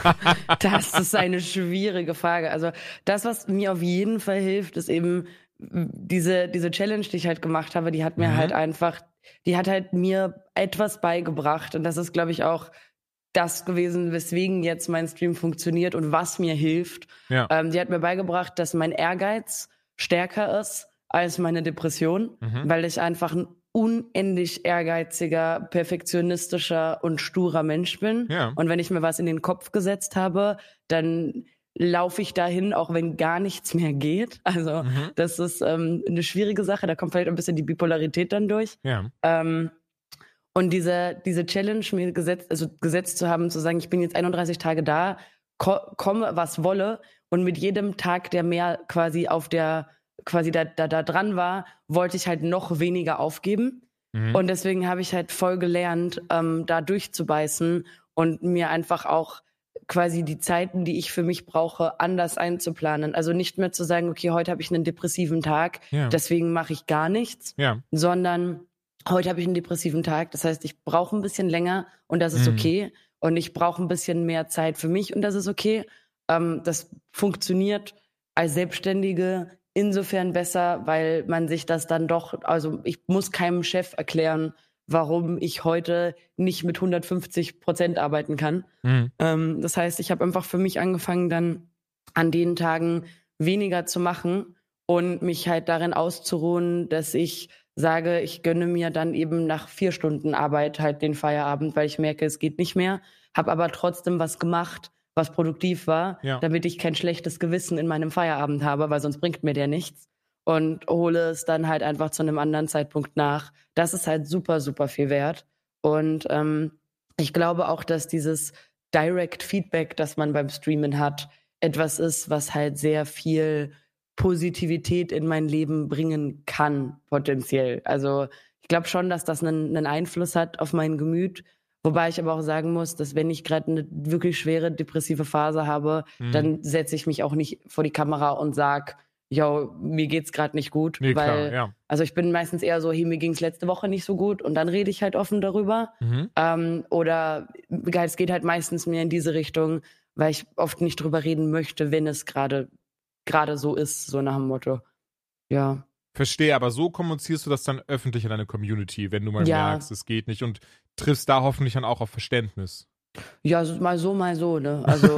Das ist eine schwierige Frage. Also das, was mir auf jeden Fall hilft, ist eben diese, diese Challenge, die ich halt gemacht habe, die hat mir mhm. halt einfach, die hat halt mir etwas beigebracht. Und das ist, glaube ich, auch das gewesen, weswegen jetzt mein Stream funktioniert und was mir hilft. Ja. Ähm, die hat mir beigebracht, dass mein Ehrgeiz stärker ist als meine Depression, mhm. weil ich einfach ein unendlich ehrgeiziger, perfektionistischer und sturer Mensch bin. Ja. Und wenn ich mir was in den Kopf gesetzt habe, dann laufe ich dahin, auch wenn gar nichts mehr geht. Also mhm. das ist ähm, eine schwierige Sache. Da kommt vielleicht ein bisschen die Bipolarität dann durch. Ja. Ähm, und diese diese Challenge mir gesetzt, also gesetzt zu haben, zu sagen, ich bin jetzt einunddreißig Tage da, ko- komme was wolle. Und mit jedem Tag, der mehr quasi auf der quasi da, da, da dran war, wollte ich halt noch weniger aufgeben. Mhm. Und deswegen habe ich halt voll gelernt, ähm, da durchzubeißen und mir einfach auch quasi die Zeiten, die ich für mich brauche, anders einzuplanen. Also nicht mehr zu sagen, okay, heute habe ich einen depressiven Tag, ja. deswegen mache ich gar nichts, ja. sondern heute habe ich einen depressiven Tag, das heißt, ich brauche ein bisschen länger und das ist mhm. okay. Und ich brauche ein bisschen mehr Zeit für mich und das ist okay. Ähm, das funktioniert als Selbstständige insofern besser, weil man sich das dann doch, also ich muss keinem Chef erklären, warum ich heute nicht mit hundertfünfzig Prozent arbeiten kann. Mhm. Ähm, das heißt, ich habe einfach für mich angefangen, dann an den Tagen weniger zu machen und mich halt darin auszuruhen, dass ich sage, ich gönne mir dann eben nach vier Stunden Arbeit halt den Feierabend, weil ich merke, es geht nicht mehr, habe aber trotzdem was gemacht, was produktiv war, ja. damit ich kein schlechtes Gewissen in meinem Feierabend habe, weil sonst bringt mir der nichts. Und hole es dann halt einfach zu einem anderen Zeitpunkt nach. Das ist halt super, super viel wert. Und ähm, ich glaube auch, dass dieses Direct Feedback, das man beim Streamen hat, etwas ist, was halt sehr viel Positivität in mein Leben bringen kann, potenziell. Also ich glaube schon, dass das einen, einen Einfluss hat auf mein Gemüt. Wobei ich aber auch sagen muss, dass wenn ich gerade eine wirklich schwere depressive Phase habe, mhm. dann setze ich mich auch nicht vor die Kamera und sag, yo, mir geht's gerade nicht gut. Nee, weil, klar, ja. Also ich bin meistens eher so, hey, mir ging's letzte Woche nicht so gut und dann rede ich halt offen darüber. Mhm. Ähm, oder es geht halt meistens mehr in diese Richtung, weil ich oft nicht drüber reden möchte, wenn es gerade gerade so ist, so nach dem Motto. Ja. Verstehe, aber so kommunizierst du das dann öffentlich in deine Community, wenn du mal ja. merkst, es geht nicht und triffst da hoffentlich dann auch auf Verständnis. Ja, so, mal so, mal so, ne? Also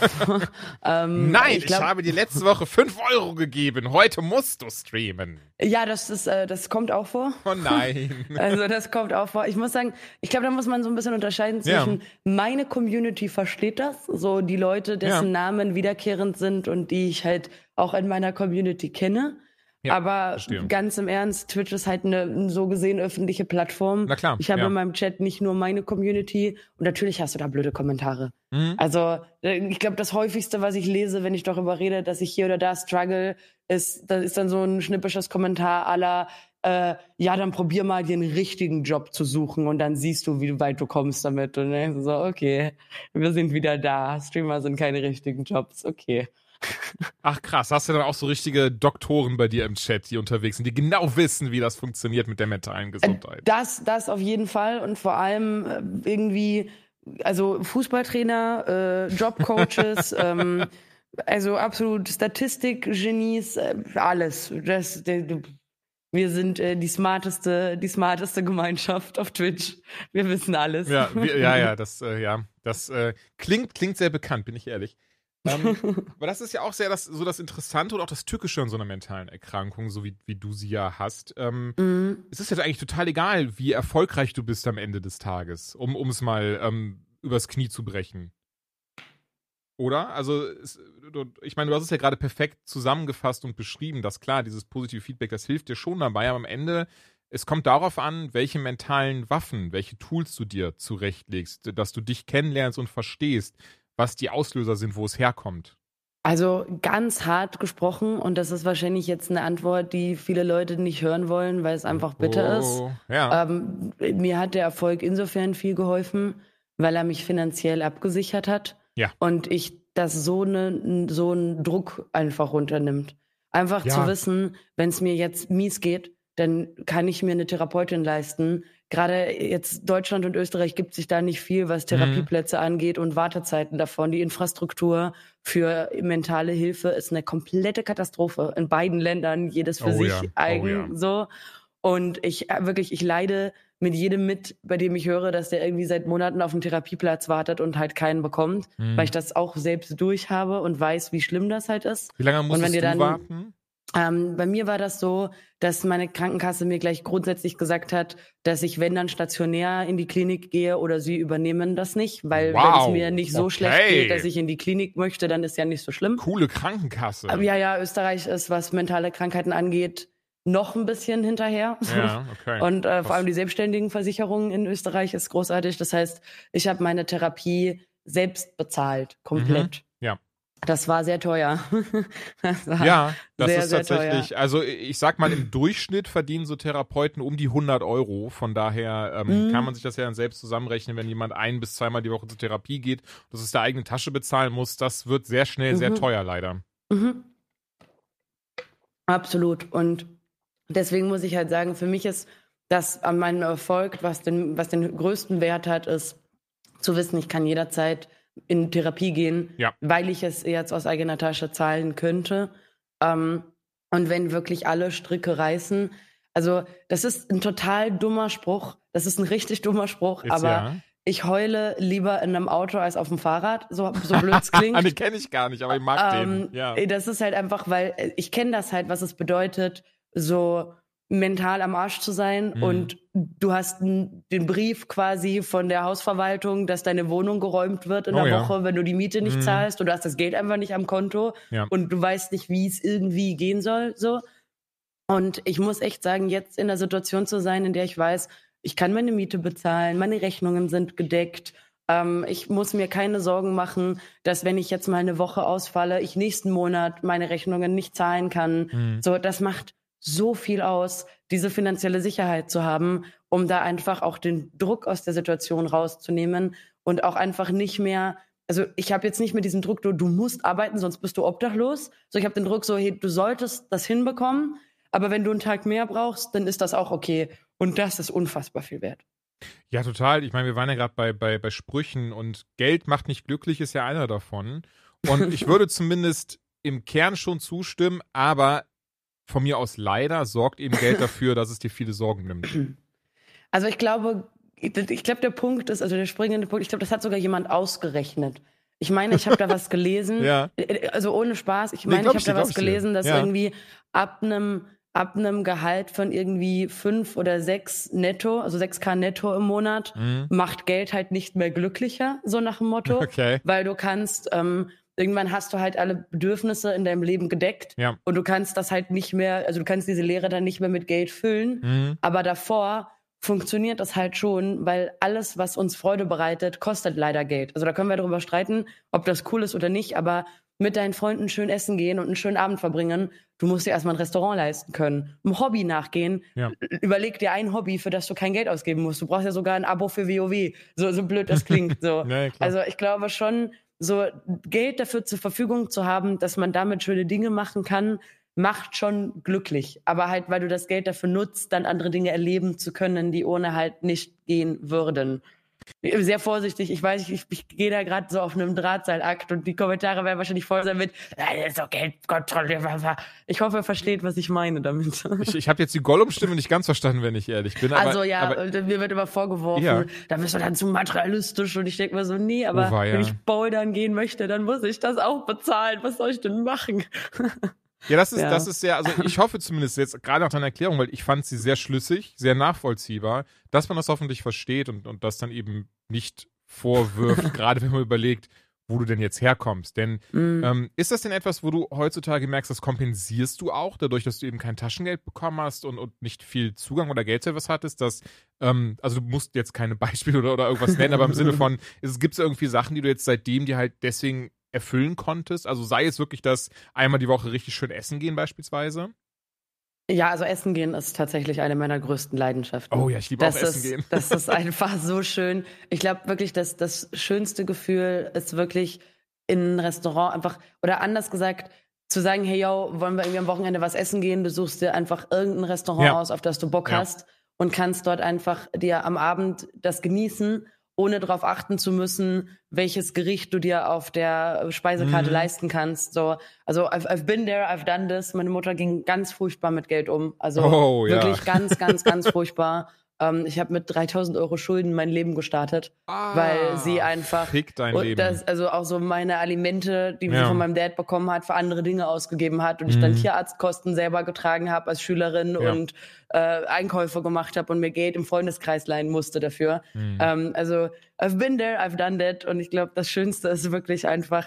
ähm, Nein, ich, glaub, ich habe dir letzte Woche fünf Euro gegeben. Heute musst du streamen. Ja, das ist, äh, das kommt auch vor. Oh nein. Also das kommt auch vor. Ich muss sagen, ich glaube, da muss man so ein bisschen unterscheiden zwischen ja. meine Community versteht das, so die Leute, dessen ja. Namen wiederkehrend sind und die ich halt auch in meiner Community kenne. Ja, aber verstehe. Ganz im Ernst, Twitch ist halt eine so gesehen öffentliche Plattform. Na klar. Ich habe ja. in meinem Chat nicht nur meine Community und natürlich hast du da blöde Kommentare. Mhm. Also ich glaube, das häufigste, was ich lese, wenn ich darüber rede, dass ich hier oder da struggle, ist, das ist dann so ein schnippisches Kommentar à la, äh, ja, dann probier mal dir einen richtigen Job zu suchen und dann siehst du, wie weit du kommst damit. Und dann so, okay, wir sind wieder da. Streamer sind keine richtigen Jobs, okay. Ach krass, hast du dann auch so richtige Doktoren bei dir im Chat, die unterwegs sind, die genau wissen, wie das funktioniert mit der mentalen Gesundheit? Das, das auf jeden Fall und vor allem irgendwie, also Fußballtrainer, äh, Jobcoaches, ähm, also absolut Statistikgenies, äh, alles. Das, der, wir sind äh, die smarteste, die smarteste Gemeinschaft auf Twitch. Wir wissen alles. Ja, wir, ja, ja, das, äh, ja, das äh, klingt, klingt sehr bekannt, bin ich ehrlich. ähm, aber das ist ja auch sehr das, so das Interessante und auch das Tückische an so einer mentalen Erkrankung, so wie, wie du sie ja hast. Ähm, mhm. Es ist ja eigentlich total egal, wie erfolgreich du bist am Ende des Tages, um um es mal ähm, übers Knie zu brechen. Oder? Also, es, du, ich meine, du hast es ja gerade perfekt zusammengefasst und beschrieben, dass klar, dieses positive Feedback, das hilft dir schon dabei, aber am Ende, es kommt darauf an, welche mentalen Waffen, welche Tools du dir zurechtlegst, dass du dich kennenlernst und verstehst, was die Auslöser sind, wo es herkommt. Also ganz hart gesprochen und das ist wahrscheinlich jetzt eine Antwort, die viele Leute nicht hören wollen, weil es einfach bitter ist. Oh, ja. Ähm, mir hat der Erfolg insofern viel geholfen, weil er mich finanziell abgesichert hat ja. und ich das so, ne, so einen Druck einfach runternimmt. Einfach ja. zu wissen, wenn es mir jetzt mies geht, dann kann ich mir eine Therapeutin leisten. Gerade jetzt Deutschland und Österreich gibt sich da nicht viel, was Therapieplätze mhm. angeht und Wartezeiten davon. Die Infrastruktur für mentale Hilfe ist eine komplette Katastrophe in beiden Ländern, jedes für oh sich ja. eigen oh ja. so. Und ich wirklich, ich leide mit jedem mit, bei dem ich höre, dass der irgendwie seit Monaten auf einen Therapieplatz wartet und halt keinen bekommt, mhm. weil ich das auch selbst durch habe und weiß, wie schlimm das halt ist. Wie lange musstest du dann, warten? Ähm, bei mir war das so, dass meine Krankenkasse mir gleich grundsätzlich gesagt hat, dass ich, wenn dann stationär in die Klinik gehe oder sie übernehmen das nicht, weil wow. wenn es mir nicht so okay. schlecht geht, dass ich in die Klinik möchte, dann ist ja nicht so schlimm. Coole Krankenkasse. Aber ja, ja, Österreich ist, was mentale Krankheiten angeht, noch ein bisschen hinterher. Ja, okay. Und äh, vor allem die Selbstständigenversicherung in Österreich ist großartig. Das heißt, ich habe meine Therapie selbst bezahlt, komplett. Mhm. Ja. Das war sehr teuer. Das war ja, das sehr, ist tatsächlich, teuer. Also ich sag mal, im Durchschnitt verdienen so Therapeuten um die hundert Euro. Von daher ähm, mhm. kann man sich das ja dann selbst zusammenrechnen, wenn jemand ein- bis zweimal die Woche zur Therapie geht, dass es der eigene Tasche bezahlen muss. Das wird sehr schnell mhm. sehr teuer, leider. Mhm. Absolut. Und deswegen muss ich halt sagen, für mich ist das an meinem Erfolg, was den, was den größten Wert hat, ist zu wissen, ich kann jederzeit in Therapie gehen, ja. weil ich es jetzt aus eigener Tasche zahlen könnte. Ähm, und wenn wirklich alle Stricke reißen, also das ist ein total dummer Spruch, das ist ein richtig dummer Spruch, Jetzt aber ja. ich heule lieber in einem Auto als auf dem Fahrrad, so, so blöd es klingt. Den kenne ich gar nicht, aber ich mag ähm, den. Ja. Das ist halt einfach, weil ich kenne das halt, was es bedeutet, so mental am Arsch zu sein mhm. und du hast n, den Brief quasi von der Hausverwaltung, dass deine Wohnung geräumt wird in oh, der ja. Woche, wenn du die Miete nicht mhm. zahlst und du hast das Geld einfach nicht am Konto ja. und du weißt nicht, wie es irgendwie gehen soll, so. Und ich muss echt sagen, jetzt in der Situation zu sein, in der ich weiß, ich kann meine Miete bezahlen, meine Rechnungen sind gedeckt, ähm, ich muss mir keine Sorgen machen, dass wenn ich jetzt mal eine Woche ausfalle, ich nächsten Monat meine Rechnungen nicht zahlen kann. Mhm. So, das macht so viel aus, diese finanzielle Sicherheit zu haben, um da einfach auch den Druck aus der Situation rauszunehmen und auch einfach nicht mehr, also ich habe jetzt nicht mehr diesen Druck, du, du musst arbeiten, sonst bist du obdachlos. So, ich habe den Druck so, hey, du solltest das hinbekommen, aber wenn du einen Tag mehr brauchst, dann ist das auch okay. Und das ist unfassbar viel wert. Ja, total. Ich meine, wir waren ja gerade bei, bei, bei Sprüchen und Geld macht nicht glücklich ist ja einer davon. Und ich würde zumindest im Kern schon zustimmen, aber von mir aus leider sorgt eben Geld dafür, dass es dir viele Sorgen nimmt. Also ich glaube, ich glaube, der Punkt ist, also der springende Punkt, ich glaube, das hat sogar jemand ausgerechnet. Ich meine, ich habe da was gelesen, ja. also ohne Spaß, ich meine, nee, ich habe da was gelesen, dass ja. irgendwie ab einem ab einem Gehalt von irgendwie fünf oder sechs netto, also sechs K netto im Monat, mhm. macht Geld halt nicht mehr glücklicher, so nach dem Motto, okay. weil du kannst ähm, irgendwann hast du halt alle Bedürfnisse in deinem Leben gedeckt ja. und du kannst das halt nicht mehr, also du kannst diese Leere dann nicht mehr mit Geld füllen, mhm. aber davor funktioniert das halt schon, weil alles, was uns Freude bereitet, kostet leider Geld. Also da können wir darüber streiten, ob das cool ist oder nicht, aber mit deinen Freunden schön essen gehen und einen schönen Abend verbringen, du musst dir erstmal ein Restaurant leisten können, einem Hobby nachgehen. Ja. Überleg dir ein Hobby, für das du kein Geld ausgeben musst. Du brauchst ja sogar ein Abo für WoW, so, so blöd das klingt. So. Ja, also ich glaube schon, so Geld dafür zur Verfügung zu haben, dass man damit schöne Dinge machen kann, macht schon glücklich. Aber halt, weil du das Geld dafür nutzt, dann andere Dinge erleben zu können, die ohne halt nicht gehen würden. Sehr vorsichtig, ich weiß, ich, ich gehe da gerade so auf einem Drahtseilakt und die Kommentare werden wahrscheinlich voll sein mit, das ist doch Geldkontrolle. Ich hoffe, ihr versteht, was ich meine damit. Ich, ich habe jetzt die Gollum-Stimme nicht ganz verstanden, wenn ich ehrlich bin. Aber, also ja, aber, mir wird immer vorgeworfen, ja. da bist du dann zu materialistisch und ich denke mir so, nee, aber oh, ja. wenn ich bouldern gehen möchte, dann muss ich das auch bezahlen. Was soll ich denn machen? Ja, das ist, ja. das ist sehr, also ich hoffe zumindest jetzt, gerade nach deiner Erklärung, weil ich fand sie sehr schlüssig, sehr nachvollziehbar, dass man das hoffentlich versteht und, und das dann eben nicht vorwirft, gerade wenn man überlegt, wo du denn jetzt herkommst. Denn mm. ähm, ist das denn etwas, wo du heutzutage merkst, das kompensierst du auch, dadurch, dass du eben kein Taschengeld bekommen hast und, und nicht viel Zugang oder Geldservice hattest, dass, ähm, also du musst jetzt keine Beispiele oder, oder irgendwas nennen, aber im Sinne von, gibt es irgendwie Sachen, die du jetzt seitdem dir halt deswegen erfüllen konntest? Also sei es wirklich das einmal die Woche richtig schön essen gehen beispielsweise? Ja, also essen gehen ist tatsächlich eine meiner größten Leidenschaften. Oh ja, ich liebe auch das essen ist, gehen. Das ist einfach so schön. Ich glaube wirklich, dass das schönste Gefühl ist wirklich in ein Restaurant einfach, oder anders gesagt, zu sagen, hey, yo, wollen wir irgendwie am Wochenende was essen gehen? Du suchst dir einfach irgendein Restaurant Ja. aus, auf das du Bock Ja. hast und kannst dort einfach dir am Abend das genießen, ohne darauf achten zu müssen, welches Gericht du dir auf der Speisekarte Mhm. leisten kannst. So, also I've, I've been there, I've done this. Meine Mutter ging ganz furchtbar mit Geld um. Also Oh, ja. wirklich ganz, ganz, ganz furchtbar. Ähm, ich habe mit dreitausend Euro Schulden mein Leben gestartet, Ah, weil sie einfach fick dein und Leben. das, also auch so meine Alimente, die Ja. sie von meinem Dad bekommen hat, für andere Dinge ausgegeben hat und ich dann Mhm. Tierarztkosten selber getragen habe als Schülerin Ja. und äh, Einkäufe gemacht habe und mir Geld im Freundeskreis leihen musste dafür. Mhm. Ähm, also I've been there, I've done that und ich glaube, das Schönste ist wirklich einfach,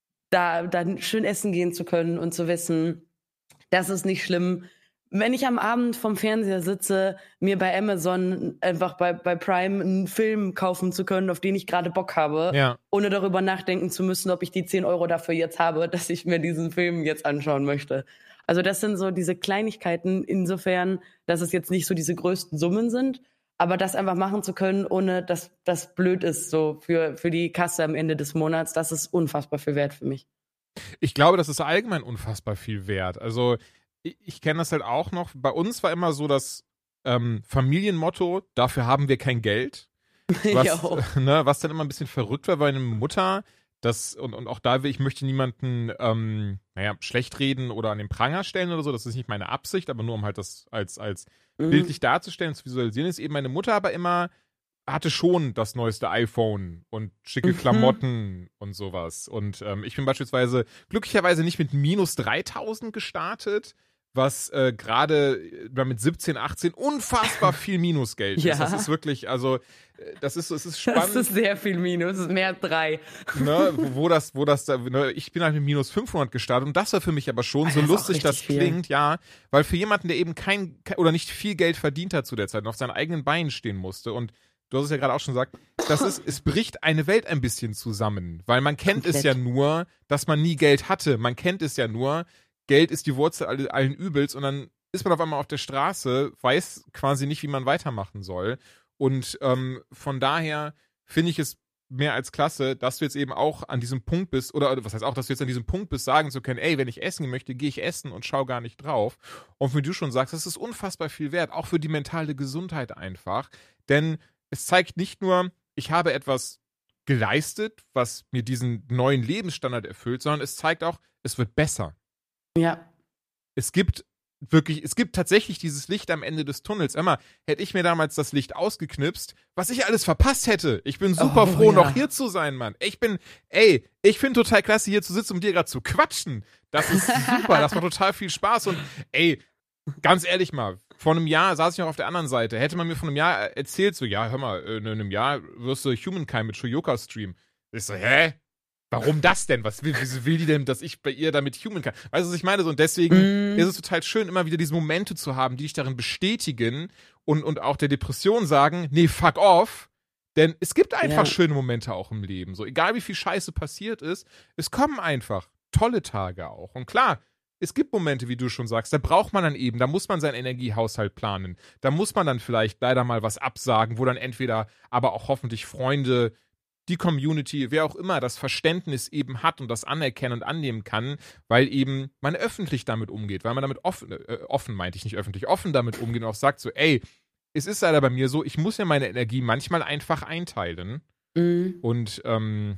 da dann schön essen gehen zu können und zu wissen, das ist nicht schlimm. Wenn ich am Abend vom Fernseher sitze, mir bei Amazon einfach bei, bei Prime einen Film kaufen zu können, auf den ich gerade Bock habe, Ja. ohne darüber nachdenken zu müssen, ob ich die zehn Euro dafür jetzt habe, dass ich mir diesen Film jetzt anschauen möchte. Also das sind so diese Kleinigkeiten insofern, dass es jetzt nicht so diese größten Summen sind, aber das einfach machen zu können, ohne dass das blöd ist so für, für die Kasse am Ende des Monats, das ist unfassbar viel wert für mich. Ich glaube, das ist allgemein unfassbar viel wert. Also ich, ich kenne das halt auch noch. Bei uns war immer so das ähm, Familienmotto, dafür haben wir kein Geld. Was, Jo. ne, was dann immer ein bisschen verrückt war bei einer Mutter. Das, und, und auch da will ich möchte niemanden ähm, naja, schlecht reden oder an den Pranger stellen oder so. Das ist nicht meine Absicht, aber nur um halt das als, als Mhm. bildlich darzustellen, zu visualisieren, ist eben meine Mutter aber immer hatte schon das neueste iPhone und schicke Mhm. Klamotten und sowas. Und ähm, ich bin beispielsweise glücklicherweise nicht mit minus dreitausend gestartet, was äh, gerade äh, mit siebzehn, achtzehn unfassbar viel Minusgeld Ja. ist. Das ist wirklich, also, äh, das ist, es ist Das spannend, ist sehr viel Minus, das ist mehr als drei. ne, wo, wo das, wo das da, ne, ich bin halt mit minus fünfhundert gestartet und das war für mich aber schon, Ah, so das ist auch lustig das richtig viel. klingt, ja, weil für jemanden, der eben kein, kein oder nicht viel Geld verdient hat zu der Zeit und auf seinen eigenen Beinen stehen musste und du hast es ja gerade auch schon gesagt, das ist, es bricht eine Welt ein bisschen zusammen, weil man kennt es ja Komplett. nur, dass man nie Geld hatte, man kennt es ja nur, Geld ist die Wurzel all- allen Übels und dann ist man auf einmal auf der Straße, weiß quasi nicht, wie man weitermachen soll. Und ähm, von daher finde ich es mehr als klasse, dass du jetzt eben auch an diesem Punkt bist, oder was heißt auch, dass du jetzt an diesem Punkt bist, sagen zu können, ey, wenn ich essen möchte, gehe ich essen und schau gar nicht drauf. Und wie du schon sagst, das ist unfassbar viel wert, auch für die mentale Gesundheit einfach. Denn es zeigt nicht nur, ich habe etwas geleistet, was mir diesen neuen Lebensstandard erfüllt, sondern es zeigt auch, es wird besser. Ja. Es gibt wirklich, es gibt tatsächlich dieses Licht am Ende des Tunnels. Emma, hätte ich mir damals das Licht ausgeknipst, was ich alles verpasst hätte. Ich bin super Oh, froh, ja. noch hier zu sein, Mann. Ich bin, ey, ich finde total klasse, hier zu sitzen und mit dir gerade zu quatschen. Das ist super, das macht total viel Spaß und ey, ganz ehrlich mal, vor einem Jahr saß ich noch auf der anderen Seite. Hätte man mir vor einem Jahr erzählt, so, ja, hör mal, in einem Jahr wirst du Humankind mit Shoyoka streamen. Ich so, hä? Warum das denn? Was will, wieso will die denn, dass ich bei ihr damit Humankind? Weißt du, was ich meine? So, und deswegen Mm. ist es total schön, immer wieder diese Momente zu haben, die dich darin bestätigen und, und auch der Depression sagen, nee, fuck off. Denn es gibt einfach Ja. schöne Momente auch im Leben. So, egal wie viel Scheiße passiert ist, es kommen einfach tolle Tage auch. Und klar, es gibt Momente, wie du schon sagst, da braucht man dann eben, da muss man seinen Energiehaushalt planen. Da muss man dann vielleicht leider mal was absagen, wo dann entweder aber auch hoffentlich Freunde, die Community, wer auch immer das Verständnis eben hat und das anerkennen und annehmen kann, weil eben man öffentlich damit umgeht, weil man damit offen, äh, offen meinte ich nicht öffentlich, offen damit umgeht und auch sagt so, ey, es ist leider bei mir so, ich muss ja meine Energie manchmal einfach einteilen. Mm. Und ähm,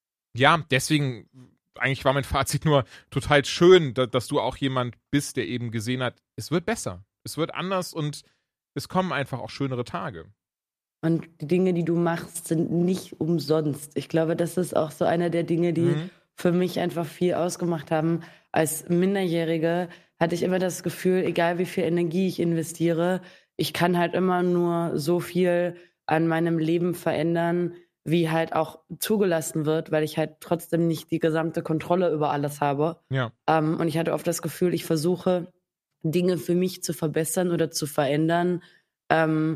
ja, deswegen, eigentlich war mein Fazit nur total schön, da, dass du auch jemand bist, der eben gesehen hat, es wird besser, es wird anders und es kommen einfach auch schönere Tage. Und die Dinge, die du machst, sind nicht umsonst. Ich glaube, das ist auch so einer der Dinge, die Mhm. für mich einfach viel ausgemacht haben. Als Minderjährige hatte ich immer das Gefühl, egal wie viel Energie ich investiere, ich kann halt immer nur so viel an meinem Leben verändern, wie halt auch zugelassen wird, weil ich halt trotzdem nicht die gesamte Kontrolle über alles habe. Ja. Ähm, und ich hatte oft das Gefühl, ich versuche, Dinge für mich zu verbessern oder zu verändern, ähm,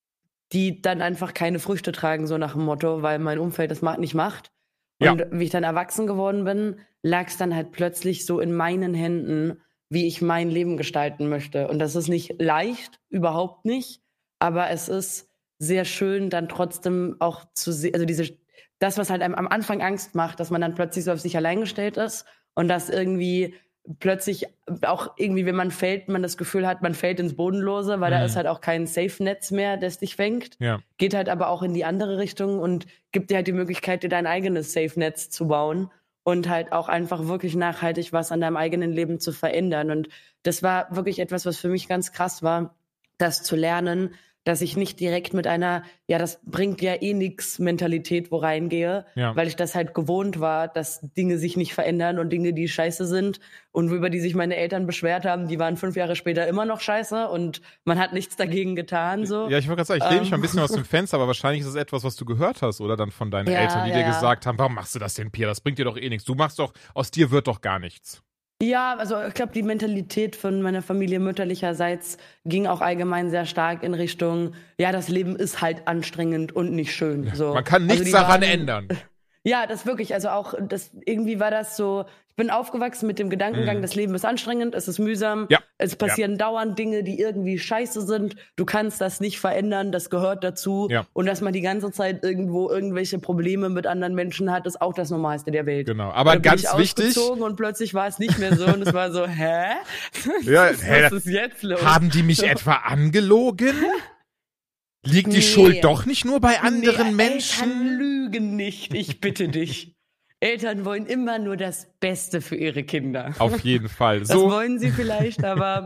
die dann einfach keine Früchte tragen, so nach dem Motto, weil mein Umfeld das ma- nicht macht. Ja. Und wie ich dann erwachsen geworden bin, lag es dann halt plötzlich so in meinen Händen, wie ich mein Leben gestalten möchte. Und das ist nicht leicht, überhaupt nicht, aber es ist sehr schön, dann trotzdem auch zu sehen, also diese, das, was halt einem am Anfang Angst macht, dass man dann plötzlich so auf sich allein gestellt ist und dass irgendwie plötzlich auch irgendwie, wenn man fällt, man das Gefühl hat, man fällt ins Bodenlose, weil mhm. da ist halt auch kein Safe-Netz mehr, das dich fängt. Ja. Geht halt aber auch in die andere Richtung und gibt dir halt die Möglichkeit, dir dein eigenes Safe-Netz zu bauen und halt auch einfach wirklich nachhaltig was an deinem eigenen Leben zu verändern. Und das war wirklich etwas, was für mich ganz krass war, das zu lernen, dass ich nicht direkt mit einer, ja, das bringt ja eh nix Mentalität wo reingehe, ja. weil ich das halt gewohnt war, dass Dinge sich nicht verändern und Dinge, die scheiße sind und über die sich meine Eltern beschwert haben, die waren fünf Jahre später immer noch scheiße und man hat nichts dagegen getan. So. Ja, ich wollte gerade sagen, ich lehne mich mal ein bisschen aus dem Fenster, aber wahrscheinlich ist es etwas, was du gehört hast, oder dann von deinen ja, Eltern, die ja, dir ja. gesagt haben, warum machst du das denn, Pia? Das bringt dir doch eh nichts. Du machst doch, aus dir wird doch gar nichts. Ja, also ich glaube, die Mentalität von meiner Familie mütterlicherseits ging auch allgemein sehr stark in Richtung, ja, das Leben ist halt anstrengend und nicht schön. So. Man kann nichts also daran waren, ändern. Ja, das wirklich, also auch, das irgendwie war das so, ich bin aufgewachsen mit dem Gedankengang, mhm. das Leben ist anstrengend, es ist mühsam, ja. es passieren ja. dauernd Dinge, die irgendwie scheiße sind, du kannst das nicht verändern, das gehört dazu ja. und dass man die ganze Zeit irgendwo irgendwelche Probleme mit anderen Menschen hat, ist auch das Normalste der Welt. Genau, aber und ganz bin ich wichtig. Und plötzlich war es nicht mehr so und es war so, hä? Ja, was, hä, was ist jetzt los? Haben die mich so. etwa angelogen? Liegt die nee. Schuld doch nicht nur bei anderen nee, Menschen? Eltern lügen nicht, ich bitte dich. Eltern wollen immer nur das Beste für ihre Kinder. Auf jeden Fall. Das so. wollen sie vielleicht, aber...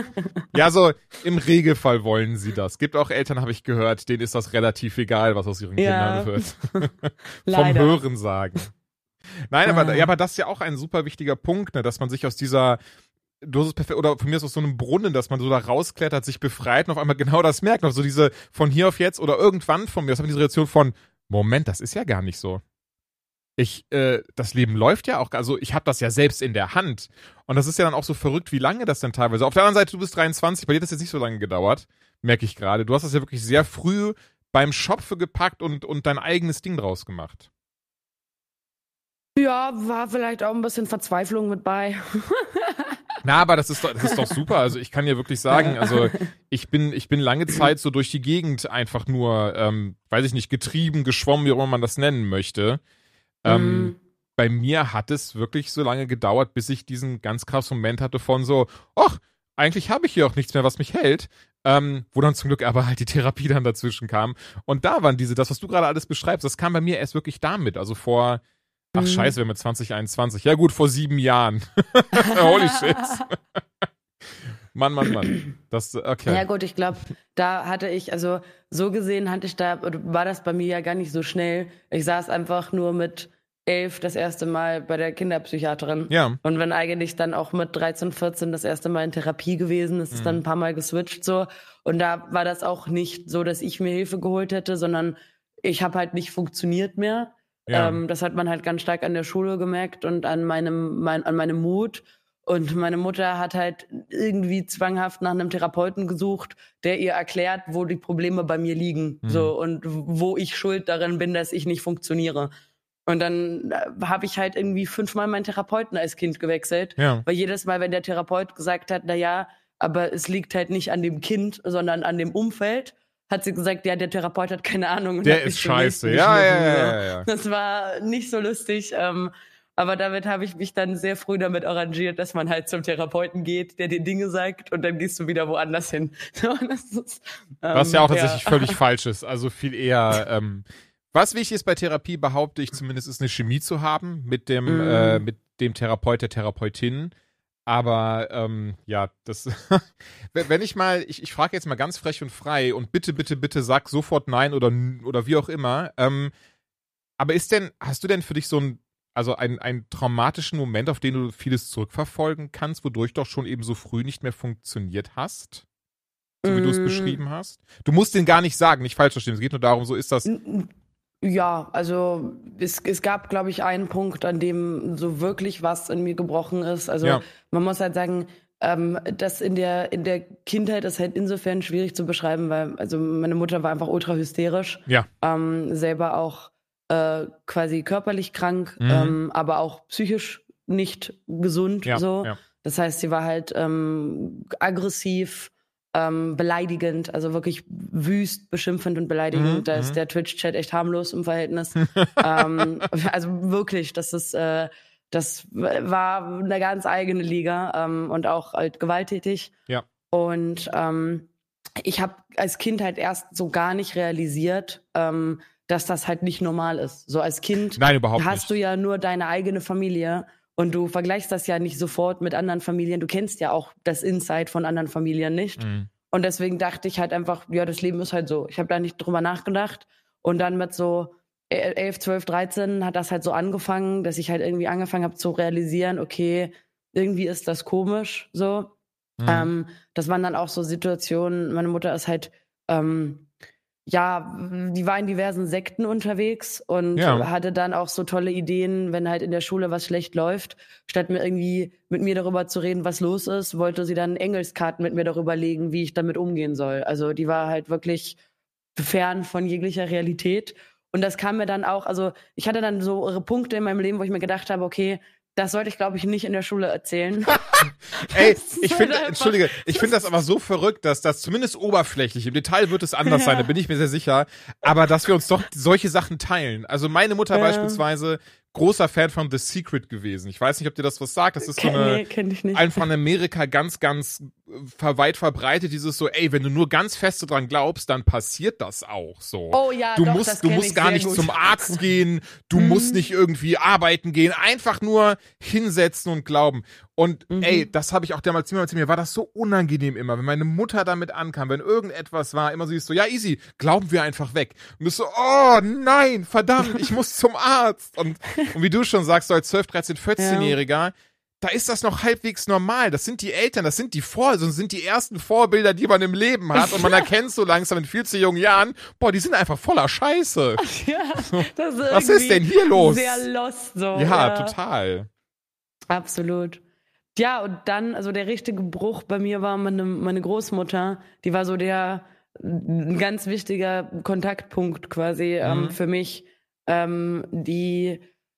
ja, so im Regelfall wollen sie das. Gibt auch Eltern, habe ich gehört, denen ist das relativ egal, was aus ihren ja. Kindern wird. Vom Hören sagen. Nein, aber, ah. ja, aber das ist ja auch ein super wichtiger Punkt, ne, dass man sich aus dieser... Du hast es perfekt, oder von mir ist aus so einem Brunnen, dass man so da rausklettert, sich befreit und auf einmal genau das merkt. Noch so diese von hier auf jetzt oder irgendwann von mir, das hat diese Reaktion von, Moment, das ist ja gar nicht so. Ich, äh, das Leben läuft ja auch, also ich habe das ja selbst in der Hand. Und das ist ja dann auch so verrückt, wie lange das denn teilweise. Auf der anderen Seite, du bist dreiundzwanzig, bei dir hat das jetzt nicht so lange gedauert, merke ich gerade. Du hast das ja wirklich sehr früh beim Schopfe gepackt und, und dein eigenes Ding draus gemacht. Ja, war vielleicht auch ein bisschen Verzweiflung mit bei. Na, aber das ist doch, das ist doch super. Also ich kann ja wirklich sagen, also ich bin, ich bin lange Zeit so durch die Gegend einfach nur, ähm, weiß ich nicht, getrieben, geschwommen, wie auch immer man das nennen möchte. Ähm, mm. Bei mir hat es wirklich so lange gedauert, bis ich diesen ganz krassen Moment hatte von so, ach, eigentlich habe ich hier auch nichts mehr, was mich hält. Ähm, wo dann zum Glück aber halt die Therapie dann dazwischen kam. Und da waren diese, das, was du gerade alles beschreibst, das kam bei mir erst wirklich damit. Also vor, ach scheiße, wir haben jetzt zwanzig einundzwanzig. Ja gut, vor sieben Jahren. Holy shit. Mann, Mann, Mann. Das, okay. Ja gut, ich glaube, da hatte ich, also so gesehen hatte ich da, war das bei mir ja gar nicht so schnell. Ich saß einfach nur mit elf das erste Mal bei der Kinderpsychiaterin. Ja. Und wenn eigentlich dann auch mit dreizehn, vierzehn das erste Mal in Therapie gewesen, ist es mhm. dann ein paar Mal geswitcht so. Und da war das auch nicht so, dass ich mir Hilfe geholt hätte, sondern ich habe halt nicht funktioniert mehr. Ja. Ähm, das hat man halt ganz stark an der Schule gemerkt und an meinem, mein, an meinem Mut. Und meine Mutter hat halt irgendwie zwanghaft nach einem Therapeuten gesucht, der ihr erklärt, wo die Probleme bei mir liegen. Mhm. So, und wo ich schuld daran bin, dass ich nicht funktioniere. Und dann habe ich halt irgendwie fünfmal meinen Therapeuten als Kind gewechselt. Ja. Weil jedes Mal, wenn der Therapeut gesagt hat, na ja, aber es liegt halt nicht an dem Kind, sondern an dem Umfeld, hat sie gesagt, ja, der Therapeut hat keine Ahnung. Und der ist scheiße. Ja, ja, ja, ja. Das war nicht so lustig. Ähm, aber damit habe ich mich dann sehr früh damit arrangiert, dass man halt zum Therapeuten geht, der dir Dinge sagt und dann gehst du wieder woanders hin. Das ist, ähm, was ja auch tatsächlich ja. völlig falsch ist. Also viel eher... Ähm, was wichtig ist bei Therapie, behaupte ich zumindest, ist eine Chemie zu haben mit dem, mm. äh, mit dem Therapeut, der Therapeutin. Aber ähm, ja, das wenn ich mal, ich, ich frage jetzt mal ganz frech und frei und bitte, bitte, bitte sag sofort nein oder oder wie auch immer. Ähm, aber ist denn, hast du denn für dich so ein, also einen, einen traumatischen Moment, auf den du vieles zurückverfolgen kannst, wodurch doch schon eben so früh nicht mehr funktioniert hast? So wie mm. du es beschrieben hast? Du musst den gar nicht sagen, nicht falsch verstehen. Es geht nur darum, so ist das. Ja, also es, es gab, glaube ich, einen Punkt, an dem so wirklich was in mir gebrochen ist. Also ja. Man muss halt sagen, ähm, das in der in der Kindheit ist halt insofern schwierig zu beschreiben, weil also meine Mutter war einfach ultra hysterisch, ja. ähm, selber auch äh, quasi körperlich krank, mhm. ähm, aber auch psychisch nicht gesund. Ja, so. Ja. Das heißt, sie war halt ähm, aggressiv, Ähm, beleidigend, also wirklich wüst, beschimpfend und beleidigend. Mhm, da ist der Twitch-Chat echt harmlos im Verhältnis. ähm, also wirklich, das ist, äh, das war eine ganz eigene Liga ähm, und auch halt gewalttätig. Ja. Und ähm, ich habe als Kind halt erst so gar nicht realisiert, ähm, dass das halt nicht normal ist. So als Kind Nein, überhaupt hast nicht. du ja nur deine eigene Familie und du vergleichst das ja nicht sofort mit anderen Familien. Du kennst ja auch das Inside von anderen Familien nicht. Mhm. Und deswegen dachte ich halt einfach, ja, das Leben ist halt so. Ich habe da nicht drüber nachgedacht. Und dann mit so elf, zwölf, dreizehn hat das halt so angefangen, dass ich halt irgendwie angefangen habe zu realisieren, okay, irgendwie ist das komisch so. Mhm. Ähm, das waren dann auch so Situationen, meine Mutter ist halt, ähm, ja, die war in diversen Sekten unterwegs und Ja. hatte dann auch so tolle Ideen, wenn halt in der Schule was schlecht läuft, statt mir irgendwie mit mir darüber zu reden, was los ist, wollte sie dann Engelskarten mit mir darüber legen, wie ich damit umgehen soll. Also die war halt wirklich fern von jeglicher Realität. Und das kam mir dann auch, also ich hatte dann so ihre Punkte in meinem Leben, wo ich mir gedacht habe, okay, das sollte ich, glaube ich, nicht in der Schule erzählen. Ey, Das ich ist finde, halt entschuldige, ich finde das aber so verrückt, dass das zumindest oberflächlich, im Detail wird es anders sein, da bin ich mir sehr sicher, aber dass wir uns doch solche Sachen teilen. Also meine Mutter Ja. beispielsweise, großer Fan von The Secret gewesen. Ich weiß nicht, ob dir das was sagt. Das ist so eine, Nee, kenn ich nicht. einfach in Amerika ganz, ganz ver- weit verbreitet, dieses so, ey, wenn du nur ganz fest dran glaubst, dann passiert das auch so. Oh ja, du doch, musst, das du kenn musst ich gar sehr nicht gut. zum Arzt gehen, du Mhm. musst nicht irgendwie arbeiten gehen, einfach nur hinsetzen und glauben. Und Mhm. ey, das habe ich auch damals zu mir, zu mir war das so unangenehm immer, wenn meine Mutter damit ankam, wenn irgendetwas war, immer so ist so, ja easy, glauben wir einfach weg. Und bist so, oh nein, verdammt, ich muss zum Arzt. Und, und wie du schon sagst, so als zwölf, dreizehn, vierzehnjähriger, da ist das noch halbwegs normal. Das sind die Eltern, das sind die Vor, das sind die ersten Vorbilder, die man im Leben hat. Und man erkennt so langsam in viel zu jungen Jahren, boah, die sind einfach voller Scheiße. Ja, das ist Was ist irgendwie denn hier los? Sehr lost so. Ja, total. Absolut. Ja, und dann, also der richtige Bruch bei mir war meine, meine Großmutter, die war so der ein ganz wichtiger Kontaktpunkt quasi ähm, Mhm. für mich. Ähm, die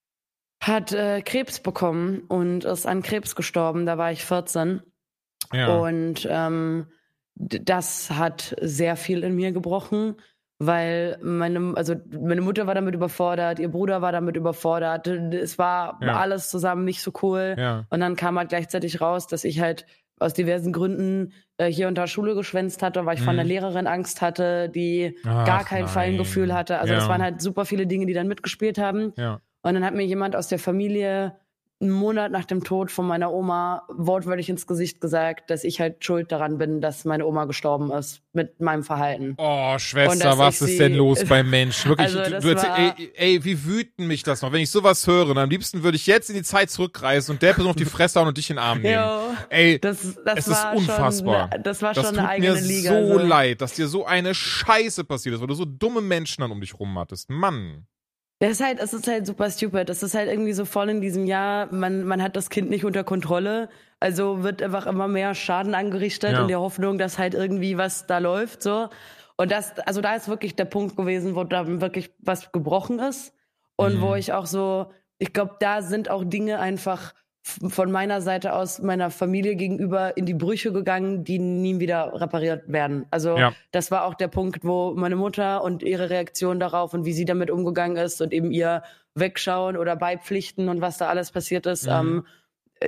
hat äh, Krebs bekommen und ist an Krebs gestorben, da war ich vierzehn. Ja. Und ähm, d- das hat sehr viel in mir gebrochen, weil meine, also meine Mutter war damit überfordert, ihr Bruder war damit überfordert. Es war Ja. alles zusammen nicht so cool. Ja. Und dann kam halt gleichzeitig raus, dass ich halt aus diversen Gründen äh, hier unter Schule geschwänzt hatte, weil ich von Mhm. der Lehrerin Angst hatte, die Ach, gar kein nein. Fallengefühl hatte. Also Ja. das waren halt super viele Dinge, die dann mitgespielt haben. Ja. Und dann hat mir jemand aus der Familie einen Monat nach dem Tod von meiner Oma wortwörtlich ins Gesicht gesagt, dass ich halt schuld daran bin, dass meine Oma gestorben ist mit meinem Verhalten. Oh, Und Schwester, dass was ich ist sie- denn los beim Menschen? Wirklich, Also du, das du erzähl, war- ey, ey, wie wütend mich das noch, wenn ich sowas höre. Und am liebsten würde ich jetzt in die Zeit zurückreisen und der Person auf die Fresse hauen und dich in den Arm nehmen. Jo, Ey, das, das es ist war unfassbar. Schon, das war das schon tut eine eigene mir Liga. so leid, dass dir so eine Scheiße passiert ist, weil du so dumme Menschen dann um dich rum hattest. Mann. Das ist halt, es ist halt super stupid. Das ist halt irgendwie so voll in diesem Jahr, man, man hat das Kind nicht unter Kontrolle, also wird einfach immer mehr Schaden angerichtet Ja. in der Hoffnung, dass halt irgendwie was da läuft, so. Und das, also da ist wirklich der Punkt gewesen, wo da wirklich was gebrochen ist und Mhm. wo ich auch so, ich glaube, da sind auch Dinge einfach f- von meiner Seite aus meiner Familie gegenüber in die Brüche gegangen, die nie wieder repariert werden. Also Ja. das war auch der Punkt, wo meine Mutter und ihre Reaktion darauf und wie sie damit umgegangen ist und eben ihr Wegschauen oder Beipflichten und was da alles passiert ist. Mhm. Ähm, äh,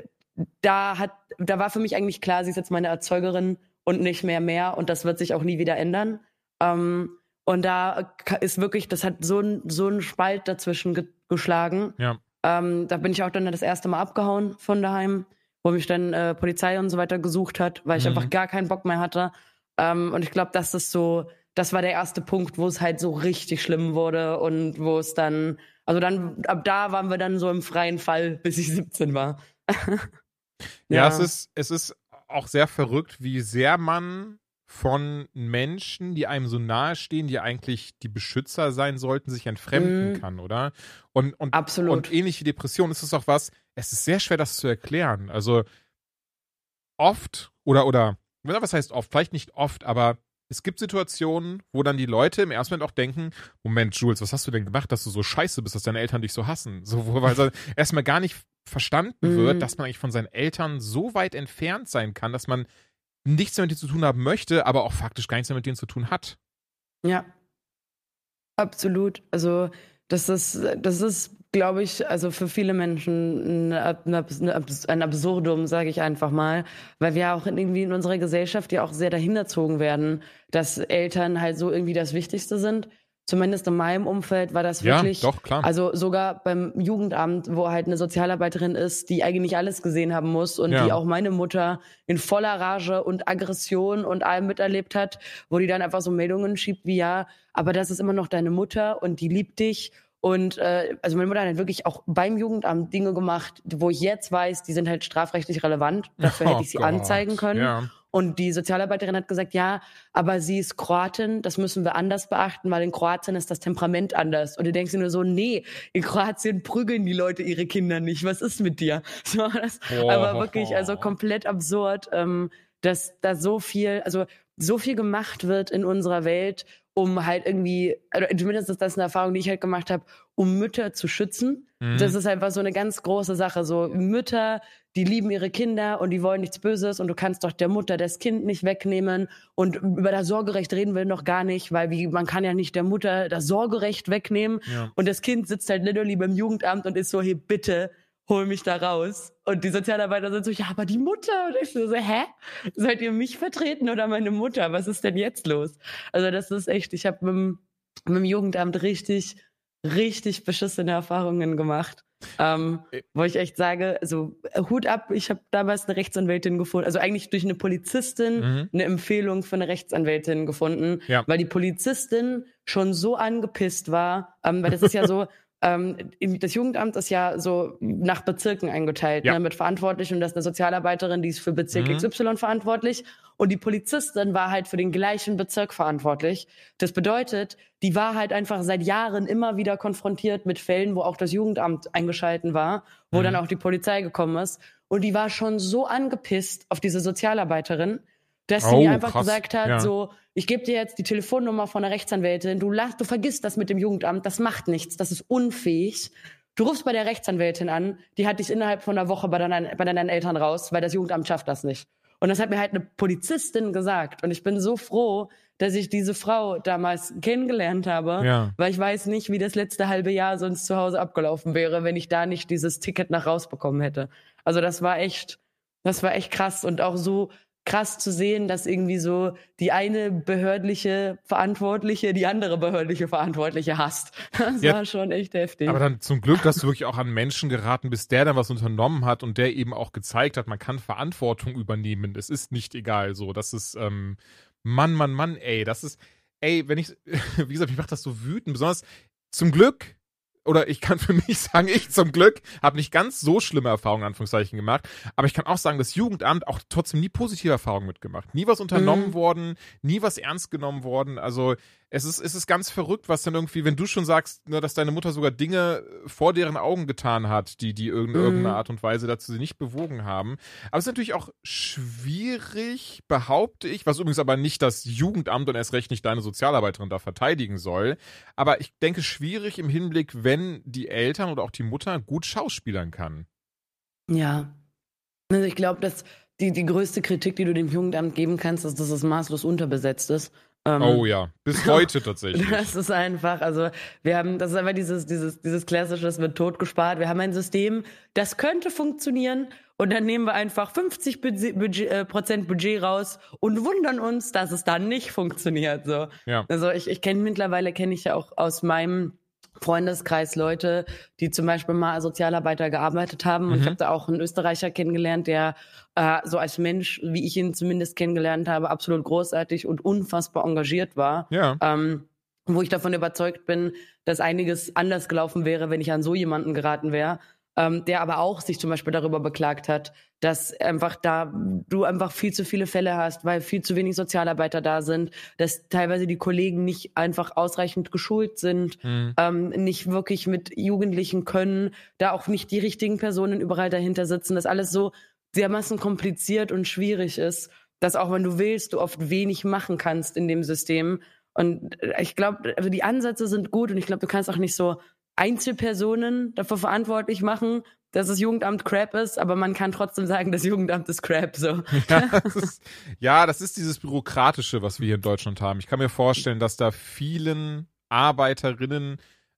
da hat, da war für mich eigentlich klar, sie ist jetzt meine Erzeugerin und nicht mehr mehr und das wird sich auch nie wieder ändern. Ähm, und da ka- ist wirklich, das hat so ein so ein Spalt dazwischen ge geschlagen. Ja. Ähm, da bin ich auch dann das erste Mal abgehauen von daheim, wo mich dann äh, Polizei und so weiter gesucht hat, weil ich Mhm. einfach gar keinen Bock mehr hatte. Ähm, und ich glaube, das ist so, das war der erste Punkt, wo es halt so richtig schlimm wurde und wo es dann, also dann, ab da waren wir dann so im freien Fall, bis ich siebzehn war. Ja, es ist, es ist auch sehr verrückt, wie sehr man von Menschen, die einem so nahe stehen, die eigentlich die Beschützer sein sollten, sich entfremden Mhm. kann, oder? Und, und, Absolut. und ähnlich wie Depression ist es auch was, es ist sehr schwer, das zu erklären. Also oft, oder, oder, was heißt oft? Vielleicht nicht oft, aber es gibt Situationen, wo dann die Leute im ersten Moment auch denken, Moment, Jules, was hast du denn gemacht, dass du so scheiße bist, dass deine Eltern dich so hassen? So, wo, weil so erstmal gar nicht verstanden wird, Mhm. dass man eigentlich von seinen Eltern so weit entfernt sein kann, dass man nichts mehr mit denen zu tun haben möchte, aber auch faktisch gar nichts mehr mit denen zu tun hat. Ja. Absolut. Also, das ist, das ist glaube ich, also für viele Menschen ein, ein Absurdum, sage ich einfach mal, weil wir auch irgendwie in unserer Gesellschaft ja auch sehr dahin erzogen werden, dass Eltern halt so irgendwie das Wichtigste sind. Zumindest in meinem Umfeld war das Ja, wirklich, doch, klar. also sogar beim Jugendamt, wo halt eine Sozialarbeiterin ist, die eigentlich alles gesehen haben muss und Ja. die auch meine Mutter in voller Rage und Aggression und allem miterlebt hat, wo die dann einfach so Meldungen schiebt wie, ja, aber das ist immer noch deine Mutter und die liebt dich. Und äh, also meine Mutter hat halt wirklich auch beim Jugendamt Dinge gemacht, wo ich jetzt weiß, die sind halt strafrechtlich relevant. Dafür Oh hätte ich sie Gott, anzeigen können. ja. Und die Sozialarbeiterin hat gesagt, ja, aber sie ist Kroatin, das müssen wir anders beachten, weil in Kroatien ist das Temperament anders. Und du denkst dir nur so, nee, in Kroatien prügeln die Leute ihre Kinder nicht. Was ist mit dir? So, das, Oh. aber wirklich, also komplett absurd, ähm, dass da so viel, also so viel gemacht wird in unserer Welt, um halt irgendwie, also zumindest ist das eine Erfahrung, die ich halt gemacht habe, um Mütter zu schützen. Mhm. Das ist einfach so eine ganz große Sache. So Mütter, die lieben ihre Kinder und die wollen nichts Böses und du kannst doch der Mutter das Kind nicht wegnehmen. Und über das Sorgerecht reden wir noch gar nicht, weil wie, man kann ja nicht der Mutter das Sorgerecht wegnehmen. Ja. Und das Kind sitzt halt literally beim Jugendamt und ist so, hey, bitte, hol mich da raus. Und die Sozialarbeiter sind so, ja, aber die Mutter. Und ich so, hä? Sollt ihr mich vertreten oder meine Mutter? Was ist denn jetzt los? Also das ist echt, ich habe mit, dem- mit dem Jugendamt richtig, richtig beschissene Erfahrungen gemacht. Ähm, wo ich echt sage, also Hut ab, ich habe damals eine Rechtsanwältin gefunden, also eigentlich durch eine Polizistin Mhm. eine Empfehlung für eine Rechtsanwältin gefunden, Ja. weil die Polizistin schon so angepisst war, ähm, weil das ist ja so, ähm, das Jugendamt ist ja so nach Bezirken eingeteilt, Ja. ne, mit Verantwortlichen und das ist eine Sozialarbeiterin, die ist für Bezirk Mhm. X Y verantwortlich und die Polizistin war halt für den gleichen Bezirk verantwortlich. Das bedeutet, die war halt einfach seit Jahren immer wieder konfrontiert mit Fällen, wo auch das Jugendamt eingeschalten war, wo Mhm. dann auch die Polizei gekommen ist und die war schon so angepisst auf diese Sozialarbeiterin, dass sie Oh, mir einfach krass. gesagt hat, Ja. so, ich gebe dir jetzt die Telefonnummer von der Rechtsanwältin, du, lass, du vergisst das mit dem Jugendamt, das macht nichts, das ist unfähig. Du rufst bei der Rechtsanwältin an, die hat dich innerhalb von einer Woche bei deinen, bei deinen Eltern raus, weil das Jugendamt schafft das nicht. Und das hat mir halt eine Polizistin gesagt. Und ich bin so froh, dass ich diese Frau damals kennengelernt habe, Ja. weil ich weiß nicht, wie das letzte halbe Jahr sonst zu Hause abgelaufen wäre, wenn ich da nicht dieses Ticket nach rausbekommen hätte. Also das war echt, das war echt krass und auch so krass zu sehen, dass irgendwie so die eine behördliche Verantwortliche die andere behördliche Verantwortliche hasst. Das Ja, war schon echt heftig. Aber dann zum Glück, dass du wirklich auch an Menschen geraten bist, der dann was unternommen hat und der eben auch gezeigt hat, man kann Verantwortung übernehmen. Es ist nicht egal so. Das ist, ähm, Mann, Mann, Mann, ey, das ist, ey, wenn ich, wie gesagt, mich macht das so wütend. Besonders zum Glück, oder ich kann für mich sagen, ich zum Glück habe nicht ganz so schlimme Erfahrungen, in Anführungszeichen, gemacht. Aber ich kann auch sagen, das Jugendamt auch trotzdem nie positive Erfahrungen mitgemacht. Nie was unternommen Mhm. worden, nie was ernst genommen worden. Also es ist, es ist ganz verrückt, was dann irgendwie, wenn du schon sagst, ne, dass deine Mutter sogar Dinge vor deren Augen getan hat, die, die in Mhm. irgendeiner Art und Weise dazu sie nicht bewogen haben. Aber es ist natürlich auch schwierig, behaupte ich, was übrigens aber nicht das Jugendamt und erst recht nicht deine Sozialarbeiterin da verteidigen soll. Aber ich denke, schwierig im Hinblick, wenn die Eltern oder auch die Mutter gut schauspielern kann. Ja. Also ich glaube, dass die, die größte Kritik, die du dem Jugendamt geben kannst, ist, dass es maßlos unterbesetzt ist. Ähm, Oh ja, bis heute tatsächlich. Das ist einfach, also wir haben, das ist einfach dieses, dieses, dieses klassische, es wird tot gespart. Wir haben ein System, das könnte funktionieren und dann nehmen wir einfach fünfzig Budget, Budget, äh, Prozent Budget raus und wundern uns, dass es dann nicht funktioniert. So. Ja. Also ich, ich kenne mittlerweile, kenne ich ja auch aus meinem Freundeskreis Leute, die zum Beispiel mal als Sozialarbeiter gearbeitet haben. Und Mhm. ich habe da auch einen Österreicher kennengelernt, der äh, so als Mensch, wie ich ihn zumindest kennengelernt habe, absolut großartig und unfassbar engagiert war. Ja. Ähm, wo ich davon überzeugt bin, dass einiges anders gelaufen wäre, wenn ich an so jemanden geraten wäre. Ähm, der aber auch sich zum Beispiel darüber beklagt hat, dass einfach da du einfach viel zu viele Fälle hast, weil viel zu wenig Sozialarbeiter da sind, dass teilweise die Kollegen nicht einfach ausreichend geschult sind, Mhm. ähm, nicht wirklich mit Jugendlichen können, da auch nicht die richtigen Personen überall dahinter sitzen, dass alles so dermaßen kompliziert und schwierig ist, dass auch wenn du willst, du oft wenig machen kannst in dem System. Und ich glaube, also die Ansätze sind gut und ich glaube, du kannst auch nicht so Einzelpersonen dafür verantwortlich machen, dass das Jugendamt Crap ist, aber man kann trotzdem sagen, das Jugendamt ist Crap. So. Ja, das ist, ja, das ist dieses Bürokratische, was wir hier in Deutschland haben. Ich kann mir vorstellen, dass da vielen Arbeiterinnen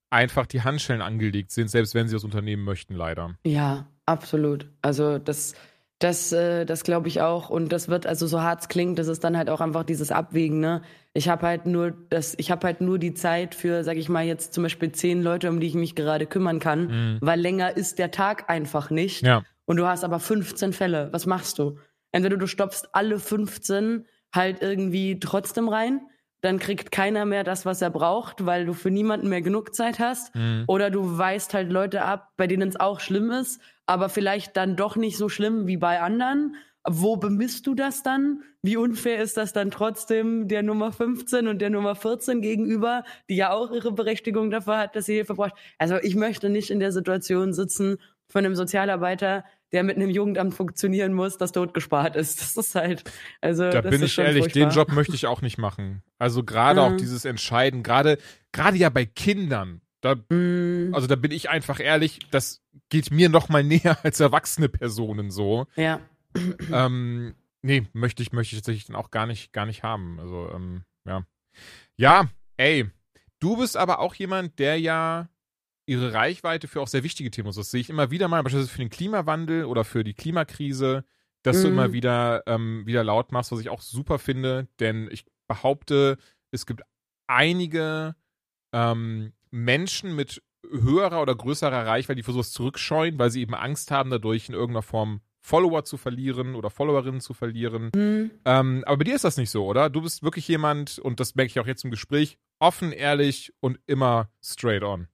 einfach die Handschellen angelegt sind, selbst wenn sie das Unternehmen möchten, leider. Ja, absolut. Also das, das, äh, das glaube ich auch. Und das wird, also so hart es klingt, das ist dann halt auch einfach dieses Abwägen, ne? Ich habe halt nur das, ich habe halt nur die Zeit für, sag ich mal, jetzt zum Beispiel zehn Leute, um die ich mich gerade kümmern kann, Mhm. weil länger ist der Tag einfach nicht. Ja. Und du hast aber fünfzehn Fälle. Was machst du? Entweder du stopfst alle fünfzehn halt irgendwie trotzdem rein, dann kriegt keiner mehr das, was er braucht, weil du für niemanden mehr genug Zeit hast. Mhm. Oder du weist halt Leute ab, bei denen es auch schlimm ist, aber vielleicht dann doch nicht so schlimm wie bei anderen. Wo bemisst du das dann? Wie unfair ist das dann trotzdem der Nummer fünfzehn und der Nummer vierzehn gegenüber, die ja auch ihre Berechtigung dafür hat, dass sie Hilfe braucht? Also ich möchte nicht in der Situation sitzen von einem Sozialarbeiter, der mit einem Jugendamt funktionieren muss, das totgespart ist. Das ist halt, also Da das bin ist ich schon ehrlich, furchtbar. den Job möchte ich auch nicht machen. Also gerade auch Mhm. dieses Entscheiden, gerade gerade ja bei Kindern, da, Mm, also da bin ich einfach ehrlich, das geht mir noch mal näher als erwachsene Personen so. ja. ähm, nee, möchte ich, möchte ich tatsächlich dann auch gar nicht, gar nicht haben. Also, ähm, ja. Ja, ey, du bist aber auch jemand, der ja ihre Reichweite für auch sehr wichtige Themen nutzt. Das sehe ich immer wieder mal, beispielsweise für den Klimawandel oder für die Klimakrise, dass du Mhm. immer wieder, ähm, wieder laut machst, was ich auch super finde, denn ich behaupte, es gibt einige ähm, Menschen mit höherer oder größerer Reichweite, die für sowas zurückscheuen, weil sie eben Angst haben, dadurch in irgendeiner Form Follower zu verlieren oder Followerinnen zu verlieren. Mhm. Ähm, aber bei dir ist das nicht so, oder? Du bist wirklich jemand, und das merke ich auch jetzt im Gespräch, offen, ehrlich und immer straight on.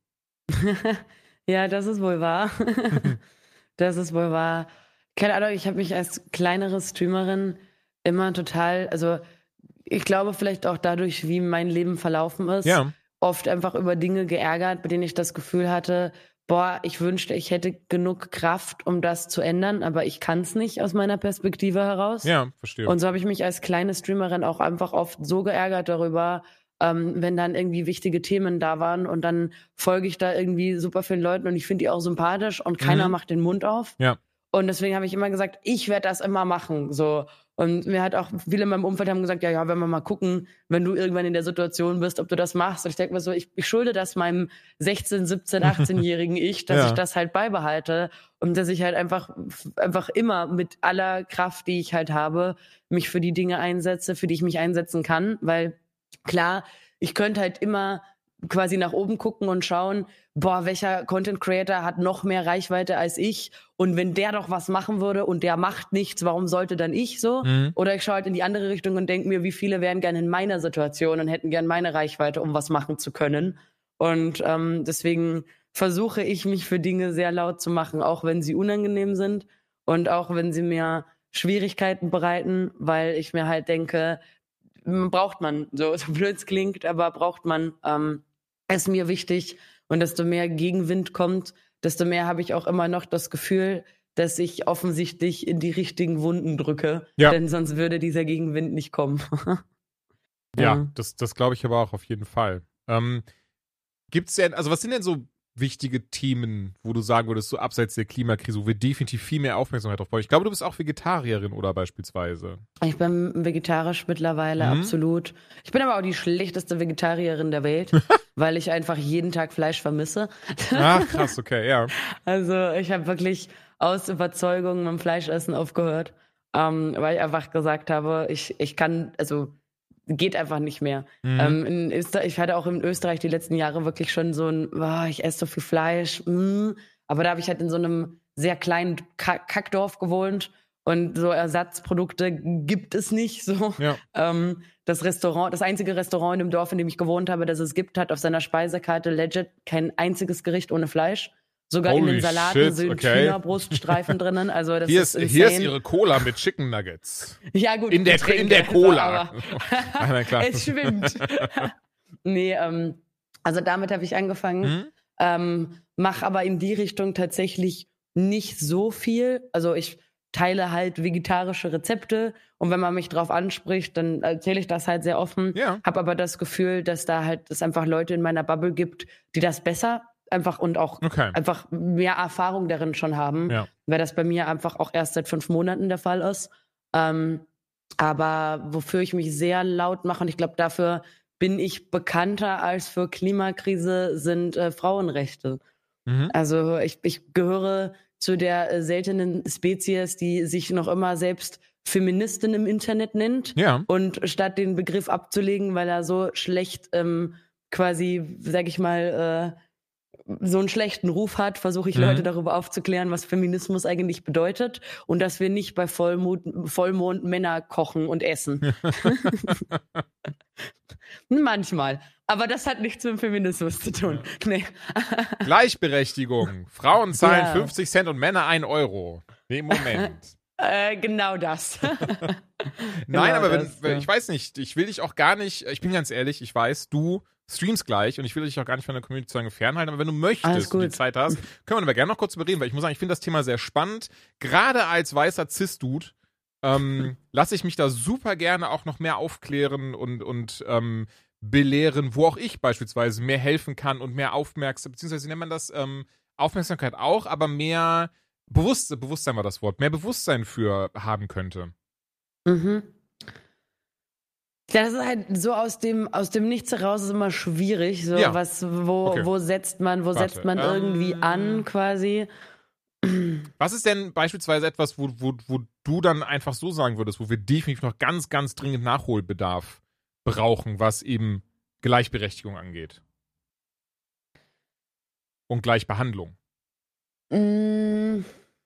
Ja, das ist wohl wahr. Das ist wohl wahr. Keine Ahnung, ich habe mich als kleinere Streamerin immer total, also ich glaube vielleicht auch dadurch, wie mein Leben verlaufen ist, Ja. oft einfach über Dinge geärgert, bei denen ich das Gefühl hatte, boah, ich wünschte, ich hätte genug Kraft, um das zu ändern, aber ich kann es nicht aus meiner Perspektive heraus. Ja, verstehe. Und so habe ich mich als kleine Streamerin auch einfach oft so geärgert darüber, ähm, wenn dann irgendwie wichtige Themen da waren und dann folge ich da irgendwie super vielen Leuten und ich finde die auch sympathisch und keiner Mhm. macht den Mund auf. Ja. Und deswegen habe ich immer gesagt, ich werde das immer machen. So. Und mir hat auch viele in meinem Umfeld haben gesagt, ja, ja, wenn wir mal gucken, wenn du irgendwann in der Situation bist, ob du das machst. Und ich denke mir so, ich, ich schulde das meinem sechzehn-, siebzehn-, achtzehnjährigen Ich, dass Ja. ich das halt beibehalte und dass ich halt einfach, einfach immer mit aller Kraft, die ich halt habe, mich für die Dinge einsetze, für die ich mich einsetzen kann. Weil klar, ich könnte halt immer quasi nach oben gucken und schauen, boah, welcher Content Creator hat noch mehr Reichweite als ich? Und wenn der doch was machen würde und der macht nichts, warum sollte dann ich so? Mhm. Oder ich schaue halt in die andere Richtung und denke mir, wie viele wären gerne in meiner Situation und hätten gern meine Reichweite, um was machen zu können. Und ähm, deswegen versuche ich, mich für Dinge sehr laut zu machen, auch wenn sie unangenehm sind und auch wenn sie mir Schwierigkeiten bereiten, weil ich mir halt denke, braucht man, so, so blöd es klingt, aber braucht man, ähm, ist mir wichtig. Und desto mehr Gegenwind kommt, desto mehr habe ich auch immer noch das Gefühl, dass ich offensichtlich in die richtigen Wunden drücke. Ja. Denn sonst würde dieser Gegenwind nicht kommen. Ja, Ja. das, das glaube ich aber auch auf jeden Fall. Ähm, gibt's denn, also was sind denn so wichtige Themen, wo du sagen würdest, so abseits der Klimakrise, wo wir definitiv viel mehr Aufmerksamkeit drauf brauchen? Ich glaube, du bist auch Vegetarierin oder beispielsweise. Ich bin vegetarisch mittlerweile, Mhm. absolut. Ich bin aber auch die schlechteste Vegetarierin der Welt, weil ich einfach jeden Tag Fleisch vermisse. Ach, krass, okay, ja. Also ich habe wirklich aus Überzeugung mit dem Fleischessen aufgehört, ähm, weil ich einfach gesagt habe, ich, ich kann, also geht einfach nicht mehr. Mhm. Ähm, in Österreich, ich hatte auch in Österreich die letzten Jahre wirklich schon so ein, oh, ich esse so viel Fleisch, mm. aber da habe ich halt in so einem sehr kleinen Kack- Kackdorf gewohnt und so Ersatzprodukte gibt es nicht so. Ja. Ähm, das Restaurant, das einzige Restaurant in dem Dorf, in dem ich gewohnt habe, das es gibt, hat auf seiner Speisekarte legit kein einziges Gericht ohne Fleisch. Sogar in Holy den Salaten shit, sind okay. Hühnerbruststreifen drinnen. Also das Hier ist, ist, insane. hier ist ihre Cola mit Chicken Nuggets. Ja, gut. In der, Getränke, in der Cola. aber- Ah, na klar. Es schwimmt. Nee, ähm, also damit habe ich angefangen. Mhm. Ähm, mach aber in die Richtung tatsächlich nicht so viel. Also ich teile halt vegetarische Rezepte und wenn man mich drauf anspricht, dann erzähle ich das halt sehr offen. Ja. Habe aber das Gefühl, dass da halt es einfach Leute in meiner Bubble gibt, die das besser einfach und auch Okay. einfach mehr Erfahrung darin schon haben, Ja. weil das bei mir einfach auch erst seit fünf Monaten der Fall ist. Ähm, aber wofür ich mich sehr laut mache und ich glaube, dafür bin ich bekannter als für Klimakrise sind äh, Frauenrechte. Mhm. Also ich, ich gehöre zu der äh, seltenen Spezies, die sich noch immer selbst Feministin im Internet nennt. Ja. Und statt den Begriff abzulegen, weil er so schlecht ähm, quasi, sag ich mal, äh, so einen schlechten Ruf hat, versuche ich mhm. Leute darüber aufzuklären, was Feminismus eigentlich bedeutet und dass wir nicht bei Vollmond, Vollmond Männer kochen und essen. Manchmal. Aber das hat nichts mit dem Feminismus zu tun. Ja. Nee. Gleichberechtigung. Frauen zahlen ja. fünfzig Cent und Männer ein Euro. Nee, Moment. Äh, genau das. Nein, genau aber wenn, das, wenn ja. ich weiß nicht, ich will dich auch gar nicht, ich bin ganz ehrlich, ich weiß, du streamst gleich und ich will dich auch gar nicht von der Community zu lange fernhalten, aber wenn du möchtest und die Zeit hast, können wir aber gerne noch kurz überreden, weil ich muss sagen, ich finde das Thema sehr spannend. Gerade als weißer Cis-Dude ähm, lasse ich mich da super gerne auch noch mehr aufklären und, und ähm, belehren, wo auch ich beispielsweise mehr helfen kann und mehr Aufmerksamkeit, beziehungsweise wie nennt man das, ähm, Aufmerksamkeit auch, aber mehr Bewusstsein, Bewusstsein war das Wort, mehr Bewusstsein für haben könnte. Mhm. Das ist halt so aus dem, aus dem Nichts heraus ist immer schwierig. So Ja. was, wo, Okay. wo setzt man, wo Warte, setzt man ähm, irgendwie an, quasi. Was ist denn beispielsweise etwas, wo, wo, wo du dann einfach so sagen würdest, wo wir definitiv noch ganz, ganz dringend Nachholbedarf brauchen, was eben Gleichberechtigung angeht? Und Gleichbehandlung. Mm.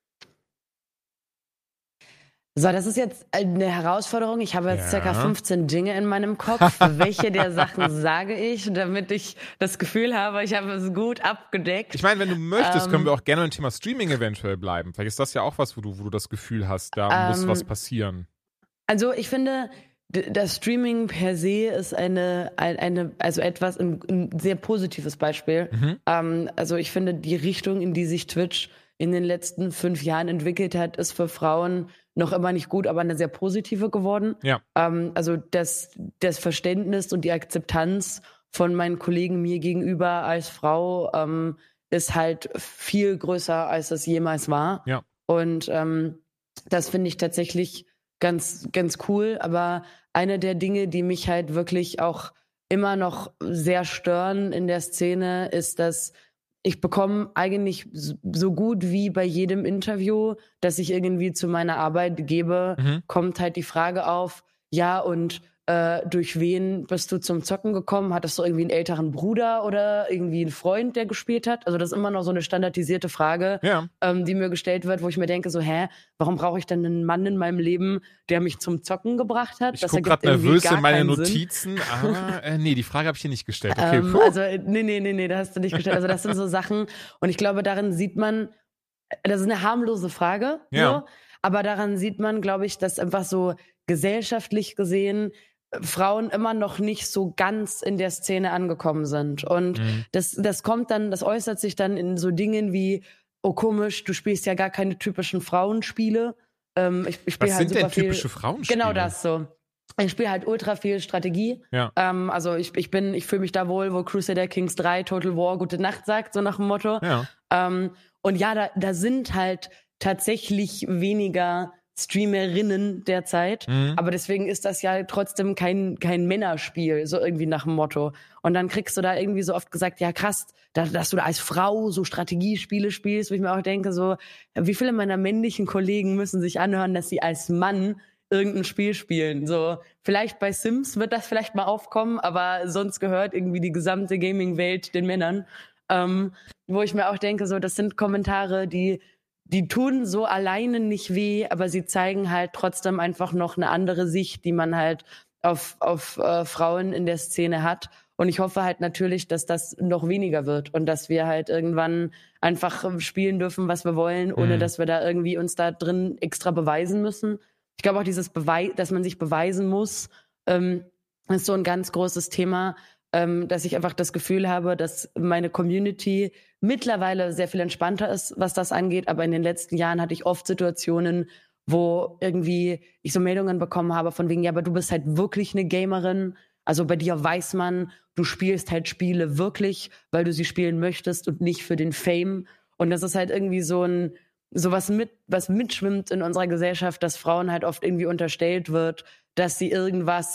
So, das ist jetzt eine Herausforderung. Ich habe jetzt Ja. circa fünfzehn Dinge in meinem Kopf. Welche der Sachen sage ich, damit ich das Gefühl habe, ich habe es gut abgedeckt? Ich meine, wenn du möchtest, Ähm, können wir auch gerne beim Thema Streaming eventuell bleiben. Vielleicht ist das ja auch was, wo du, wo du das Gefühl hast, da muss Ähm, was passieren. Also ich finde, d- das Streaming per se ist eine, ein- eine also etwas, ein, ein sehr positives Beispiel. Mhm. Ähm, also ich finde, die Richtung, in die sich Twitch in den letzten fünf Jahren entwickelt hat, ist für Frauen noch immer nicht gut, aber eine sehr positive geworden. Ja. Ähm, also das, das Verständnis und die Akzeptanz von meinen Kollegen mir gegenüber als Frau ähm, ist halt viel größer, als es jemals war. Ja. Und ähm, das finde ich tatsächlich ganz, ganz cool. Aber eine der Dinge, die mich halt wirklich auch immer noch sehr stören in der Szene, ist, dass ich bekomme eigentlich so gut wie bei jedem Interview, das ich irgendwie zu meiner Arbeit gebe, Mhm. kommt halt die Frage auf, ja, und äh, durch wen bist du zum Zocken gekommen? Hattest du irgendwie einen älteren Bruder oder irgendwie einen Freund, der gespielt hat? Also das ist immer noch so eine standardisierte Frage, Ja. ähm, die mir gestellt wird, wo ich mir denke, so, hä, warum brauche ich denn einen Mann in meinem Leben, der mich zum Zocken gebracht hat? Ich Das gucke ergibt gerade irgendwie nervös gar in meine keinen Sinn. Notizen. Ah, äh, nee, die Frage habe ich hier nicht gestellt. Okay, Ähm, puh. also, äh, nee, nee, nee, nee, das hast du nicht gestellt. Also, das sind so Sachen. Und ich glaube, darin sieht man, das ist eine harmlose Frage, Ja. so, aber daran sieht man, glaube ich, dass einfach so gesellschaftlich gesehen äh, Frauen immer noch nicht so ganz in der Szene angekommen sind. Und Mhm. das, das kommt dann, das äußert sich dann in so Dingen wie, oh komisch, du spielst ja gar keine typischen Frauenspiele. Ähm, ich ich spiele Was halt sind super denn viel. typische Frauenspiele? Genau das so. Ich spiele halt ultra viel Strategie. Ja. Ähm, also ich, ich bin, ich fühle mich da wohl, wo Crusader Kings drei Total War Gute Nacht sagt, so nach dem Motto. Ja. Ähm, und ja, da, da sind halt tatsächlich weniger Streamerinnen derzeit. Mhm. Aber deswegen ist das ja trotzdem kein, kein Männerspiel, so irgendwie nach dem Motto. Und dann kriegst du da irgendwie so oft gesagt, ja krass, da, dass du da als Frau so Strategiespiele spielst, wo ich mir auch denke, so, wie viele meiner männlichen Kollegen müssen sich anhören, dass sie als Mann irgendein Spiel spielen. So, vielleicht bei Sims wird das vielleicht mal aufkommen, aber sonst gehört irgendwie die gesamte Gaming-Welt den Männern. Ähm, wo ich mir auch denke, so, das sind Kommentare, die, die tun so alleine nicht weh, aber sie zeigen halt trotzdem einfach noch eine andere Sicht, die man halt auf, auf äh, Frauen in der Szene hat. Und ich hoffe halt natürlich, dass das noch weniger wird und dass wir halt irgendwann einfach spielen dürfen, was wir wollen, ohne Mhm. dass wir da irgendwie uns da drin extra beweisen müssen. Ich glaube auch dieses Beweis, dass man sich beweisen muss, ähm, ist so ein ganz großes Thema, ähm, dass ich einfach das Gefühl habe, dass meine Community mittlerweile sehr viel entspannter ist, was das angeht. Aber in den letzten Jahren hatte ich oft Situationen, wo irgendwie ich so Meldungen bekommen habe von wegen, ja, aber du bist halt wirklich eine Gamerin. Also bei dir weiß man, du spielst halt Spiele wirklich, weil du sie spielen möchtest und nicht für den Fame. Und das ist halt irgendwie so ein so was mit, was mitschwimmt in unserer Gesellschaft, dass Frauen halt oft irgendwie unterstellt wird, dass sie irgendwas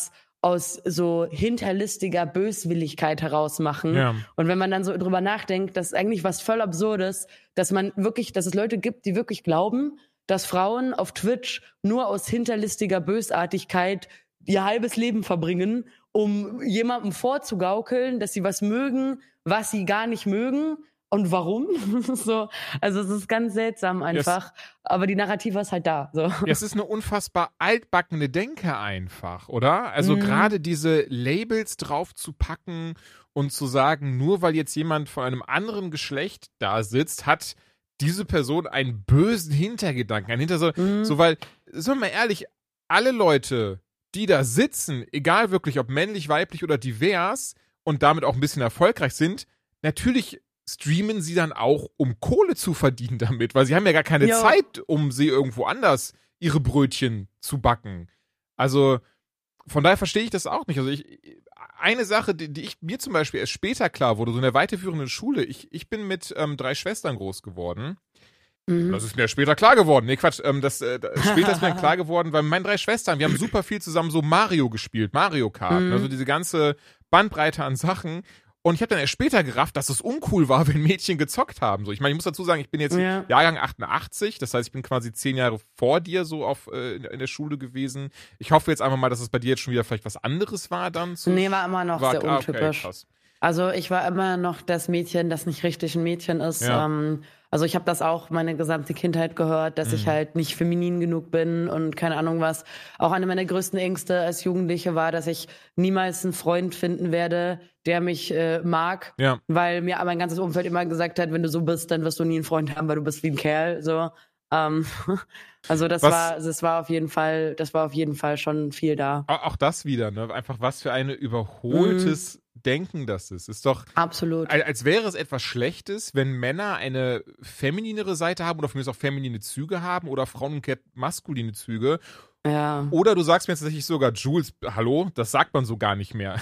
aus so hinterlistiger Böswilligkeit heraus machen. Ja. Und wenn man dann so drüber nachdenkt, das ist eigentlich was voll Absurdes, dass man wirklich, dass es Leute gibt, die wirklich glauben, dass Frauen auf Twitch nur aus hinterlistiger Bösartigkeit ihr halbes Leben verbringen, um jemandem vorzugaukeln, dass sie was mögen, was sie gar nicht mögen. Und warum? so, also es ist ganz seltsam einfach. Yes. Aber die Narrative ist halt da. So. Ja, es ist eine unfassbar altbackene Denke einfach, oder? Also mhm. gerade diese Labels drauf zu packen und zu sagen, nur weil jetzt jemand von einem anderen Geschlecht da sitzt, hat diese Person einen bösen Hintergedanken. Ein Hinter so, mhm. so, weil, sagen wir mal ehrlich, alle Leute, die da sitzen, egal wirklich ob männlich, weiblich oder divers und damit auch ein bisschen erfolgreich sind, natürlich streamen sie dann auch, um Kohle zu verdienen damit, weil sie haben ja gar keine jo. Zeit, um sie irgendwo anders ihre Brötchen zu backen. Also von daher verstehe ich das auch nicht. Also ich, eine Sache, die, die ich mir zum Beispiel erst später klar wurde, so in der weiterführenden Schule, ich, ich bin mit ähm, drei Schwestern groß geworden. Mhm. Das ist mir später klar geworden. Nee, Quatsch, ähm, das, äh, das später ist mir klar geworden, weil meine drei Schwestern, wir haben super viel zusammen so Mario gespielt, Mario Kart, mhm. also diese ganze Bandbreite an Sachen. Und ich habe dann erst später gerafft, dass es uncool war, wenn Mädchen gezockt haben. So, ich meine, ich muss dazu sagen, ich bin jetzt ja. Jahrgang achtundachtzig, das heißt, ich bin quasi zehn Jahre vor dir so auf äh, in der Schule gewesen. Ich hoffe jetzt einfach mal, dass es bei dir jetzt schon wieder vielleicht was anderes war dann. So. Nee, war immer noch war, sehr untypisch. Ah, okay, also ich war immer noch das Mädchen, das nicht richtig ein Mädchen ist. Ja. Ähm, also ich habe das auch meine gesamte Kindheit gehört, dass mhm. ich halt nicht feminin genug bin und keine Ahnung was. Auch eine meiner größten Ängste als Jugendliche war, dass ich niemals einen Freund finden werde, der mich äh, mag, ja. weil mir mein ganzes Umfeld immer gesagt hat, wenn du so bist, dann wirst du nie einen Freund haben, weil du bist wie ein Kerl. So, ähm, also das was, war, das war auf jeden Fall, das war auf jeden Fall schon viel da. Auch das wieder, ne? Einfach was für ein überholtes mm. Denken das ist. Ist doch absolut. Als wäre es etwas Schlechtes, wenn Männer eine femininere Seite haben oder von mir auch feminine Züge haben oder Frauen umgekehrt maskuline Züge. Ja. Oder du sagst mir jetzt tatsächlich sogar, Jules, hallo, das sagt man so gar nicht mehr.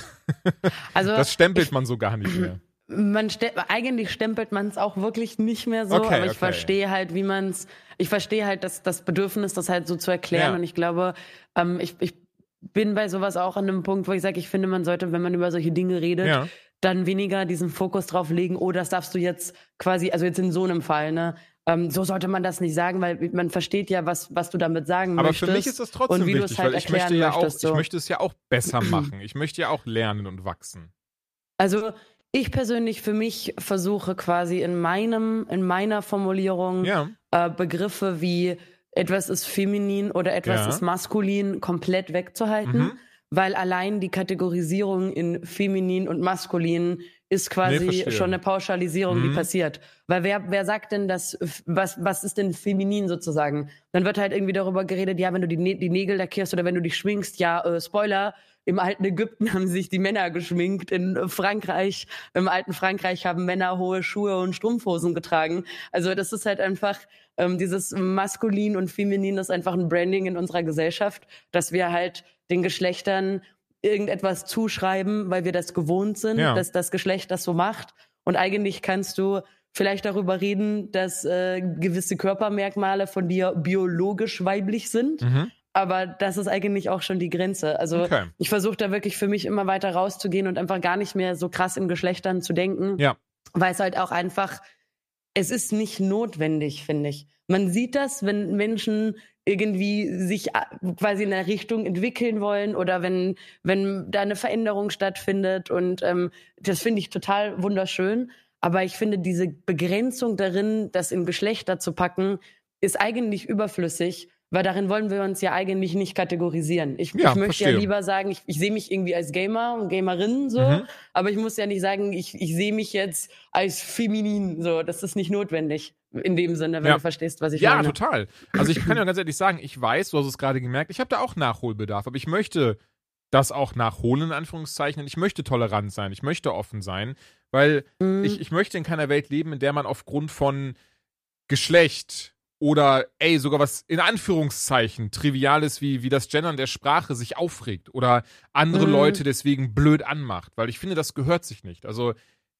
Also das stempelt ich, man so gar nicht mehr. Man ste- eigentlich stempelt man es auch wirklich nicht mehr so, okay, aber ich okay. verstehe halt, wie man es, ich verstehe halt das, das Bedürfnis, das halt so zu erklären. Ja. Und ich glaube, ähm, ich, ich bin bei sowas auch an einem Punkt, wo ich sage, ich finde, man sollte, wenn man über solche Dinge redet, ja. dann weniger diesen Fokus drauf legen, oh, das darfst du jetzt quasi, also jetzt in so einem Fall, ne? Ähm, so sollte man das nicht sagen, weil man versteht ja, was, was du damit sagen aber möchtest. Aber für mich ist das trotzdem und wie wichtig, halt weil ich möchte ja auch, möchtest, so. ich möchte es ja auch besser machen. Ich möchte ja auch lernen und wachsen. Also ich persönlich für mich versuche quasi in meinem, in meiner Formulierung ja. äh, Begriffe wie etwas ist feminin oder etwas ja. ist maskulin komplett wegzuhalten, mhm. weil allein die Kategorisierung in feminin und maskulin ist quasi nee, schon eine Pauschalisierung, mhm. die passiert. Weil wer, wer sagt denn das, was, was ist denn feminin sozusagen? Dann wird halt irgendwie darüber geredet, ja, wenn du die, Nä- die Nägel lackierst oder wenn du dich schminkst, ja, äh, Spoiler, im alten Ägypten haben sich die Männer geschminkt, in Frankreich, im alten Frankreich haben Männer hohe Schuhe und Strumpfhosen getragen. Also das ist halt einfach, ähm, dieses Maskulin und Feminin ist einfach ein Branding in unserer Gesellschaft, dass wir halt den Geschlechtern irgendetwas zuschreiben, weil wir das gewohnt sind, ja. dass das Geschlecht das so macht. Und eigentlich kannst du vielleicht darüber reden, dass äh, gewisse Körpermerkmale von dir biologisch weiblich sind. Mhm. Aber das ist eigentlich auch schon die Grenze. Also okay. ich versuche da wirklich für mich immer weiter rauszugehen und einfach gar nicht mehr so krass in Geschlechtern zu denken. Ja. Weil es halt auch einfach, es ist nicht notwendig, finde ich. Man sieht das, wenn Menschen irgendwie sich quasi in eine Richtung entwickeln wollen oder wenn, wenn da eine Veränderung stattfindet. Und ähm, das finde ich total wunderschön. Aber ich finde, diese Begrenzung darin, das in Geschlechter zu packen, ist eigentlich überflüssig. Weil darin wollen wir uns ja eigentlich nicht kategorisieren. Ich, ja, ich möchte verstehe. ja lieber sagen, ich, ich sehe mich irgendwie als Gamer und Gamerin so, mhm. aber ich muss ja nicht sagen, ich, ich sehe mich jetzt als feminin. So, das ist nicht notwendig in dem Sinne, wenn ja. du verstehst, was ich ja, meine. Ja, total. Also ich kann ja ganz ehrlich sagen, ich weiß, du hast es gerade gemerkt, ich habe da auch Nachholbedarf, aber ich möchte das auch nachholen, in Anführungszeichen. Und ich möchte tolerant sein, ich möchte offen sein, weil mhm. ich, ich möchte in keiner Welt leben, in der man aufgrund von Geschlecht oder, ey, sogar was in Anführungszeichen Triviales wie, wie das Gendern der Sprache sich aufregt oder andere mhm. Leute deswegen blöd anmacht, weil ich finde, das gehört sich nicht. Also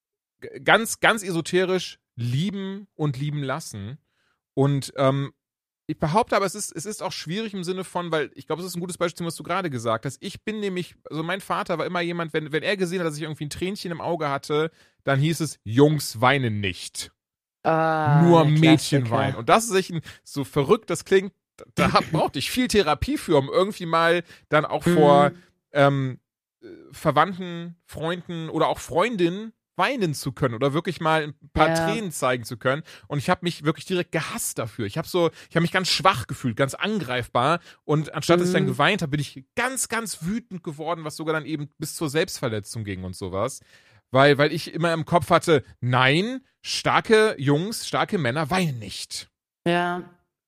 g- ganz, ganz esoterisch lieben und lieben lassen und ähm, Ich behaupte aber, es ist, es ist auch schwierig im Sinne von, weil ich glaube, es ist ein gutes Beispiel, was du gerade gesagt hast. Ich bin nämlich, also mein Vater war immer jemand, wenn, wenn er gesehen hat, dass ich irgendwie ein Tränchen im Auge hatte, dann hieß es, Jungs weinen nicht. Ah, Nur der Mädchen Klassiker. weinen. Und das ist echt ein, so verrückt, das klingt, da hab, brauchte ich viel Therapie für, um irgendwie mal dann auch vor Mhm. ähm, äh, Verwandten, Freunden oder auch Freundinnen weinen zu können oder wirklich mal ein paar Ja. Tränen zeigen zu können. Und ich habe mich wirklich direkt gehasst dafür. Ich habe so, ich habe mich ganz schwach gefühlt, ganz angreifbar. Und anstatt dass ich dann Mhm. geweint habe, bin ich ganz, ganz wütend geworden, was sogar dann eben bis zur Selbstverletzung ging und sowas. Weil, weil ich immer im Kopf hatte, nein, starke Jungs, starke Männer weinen nicht. Ja,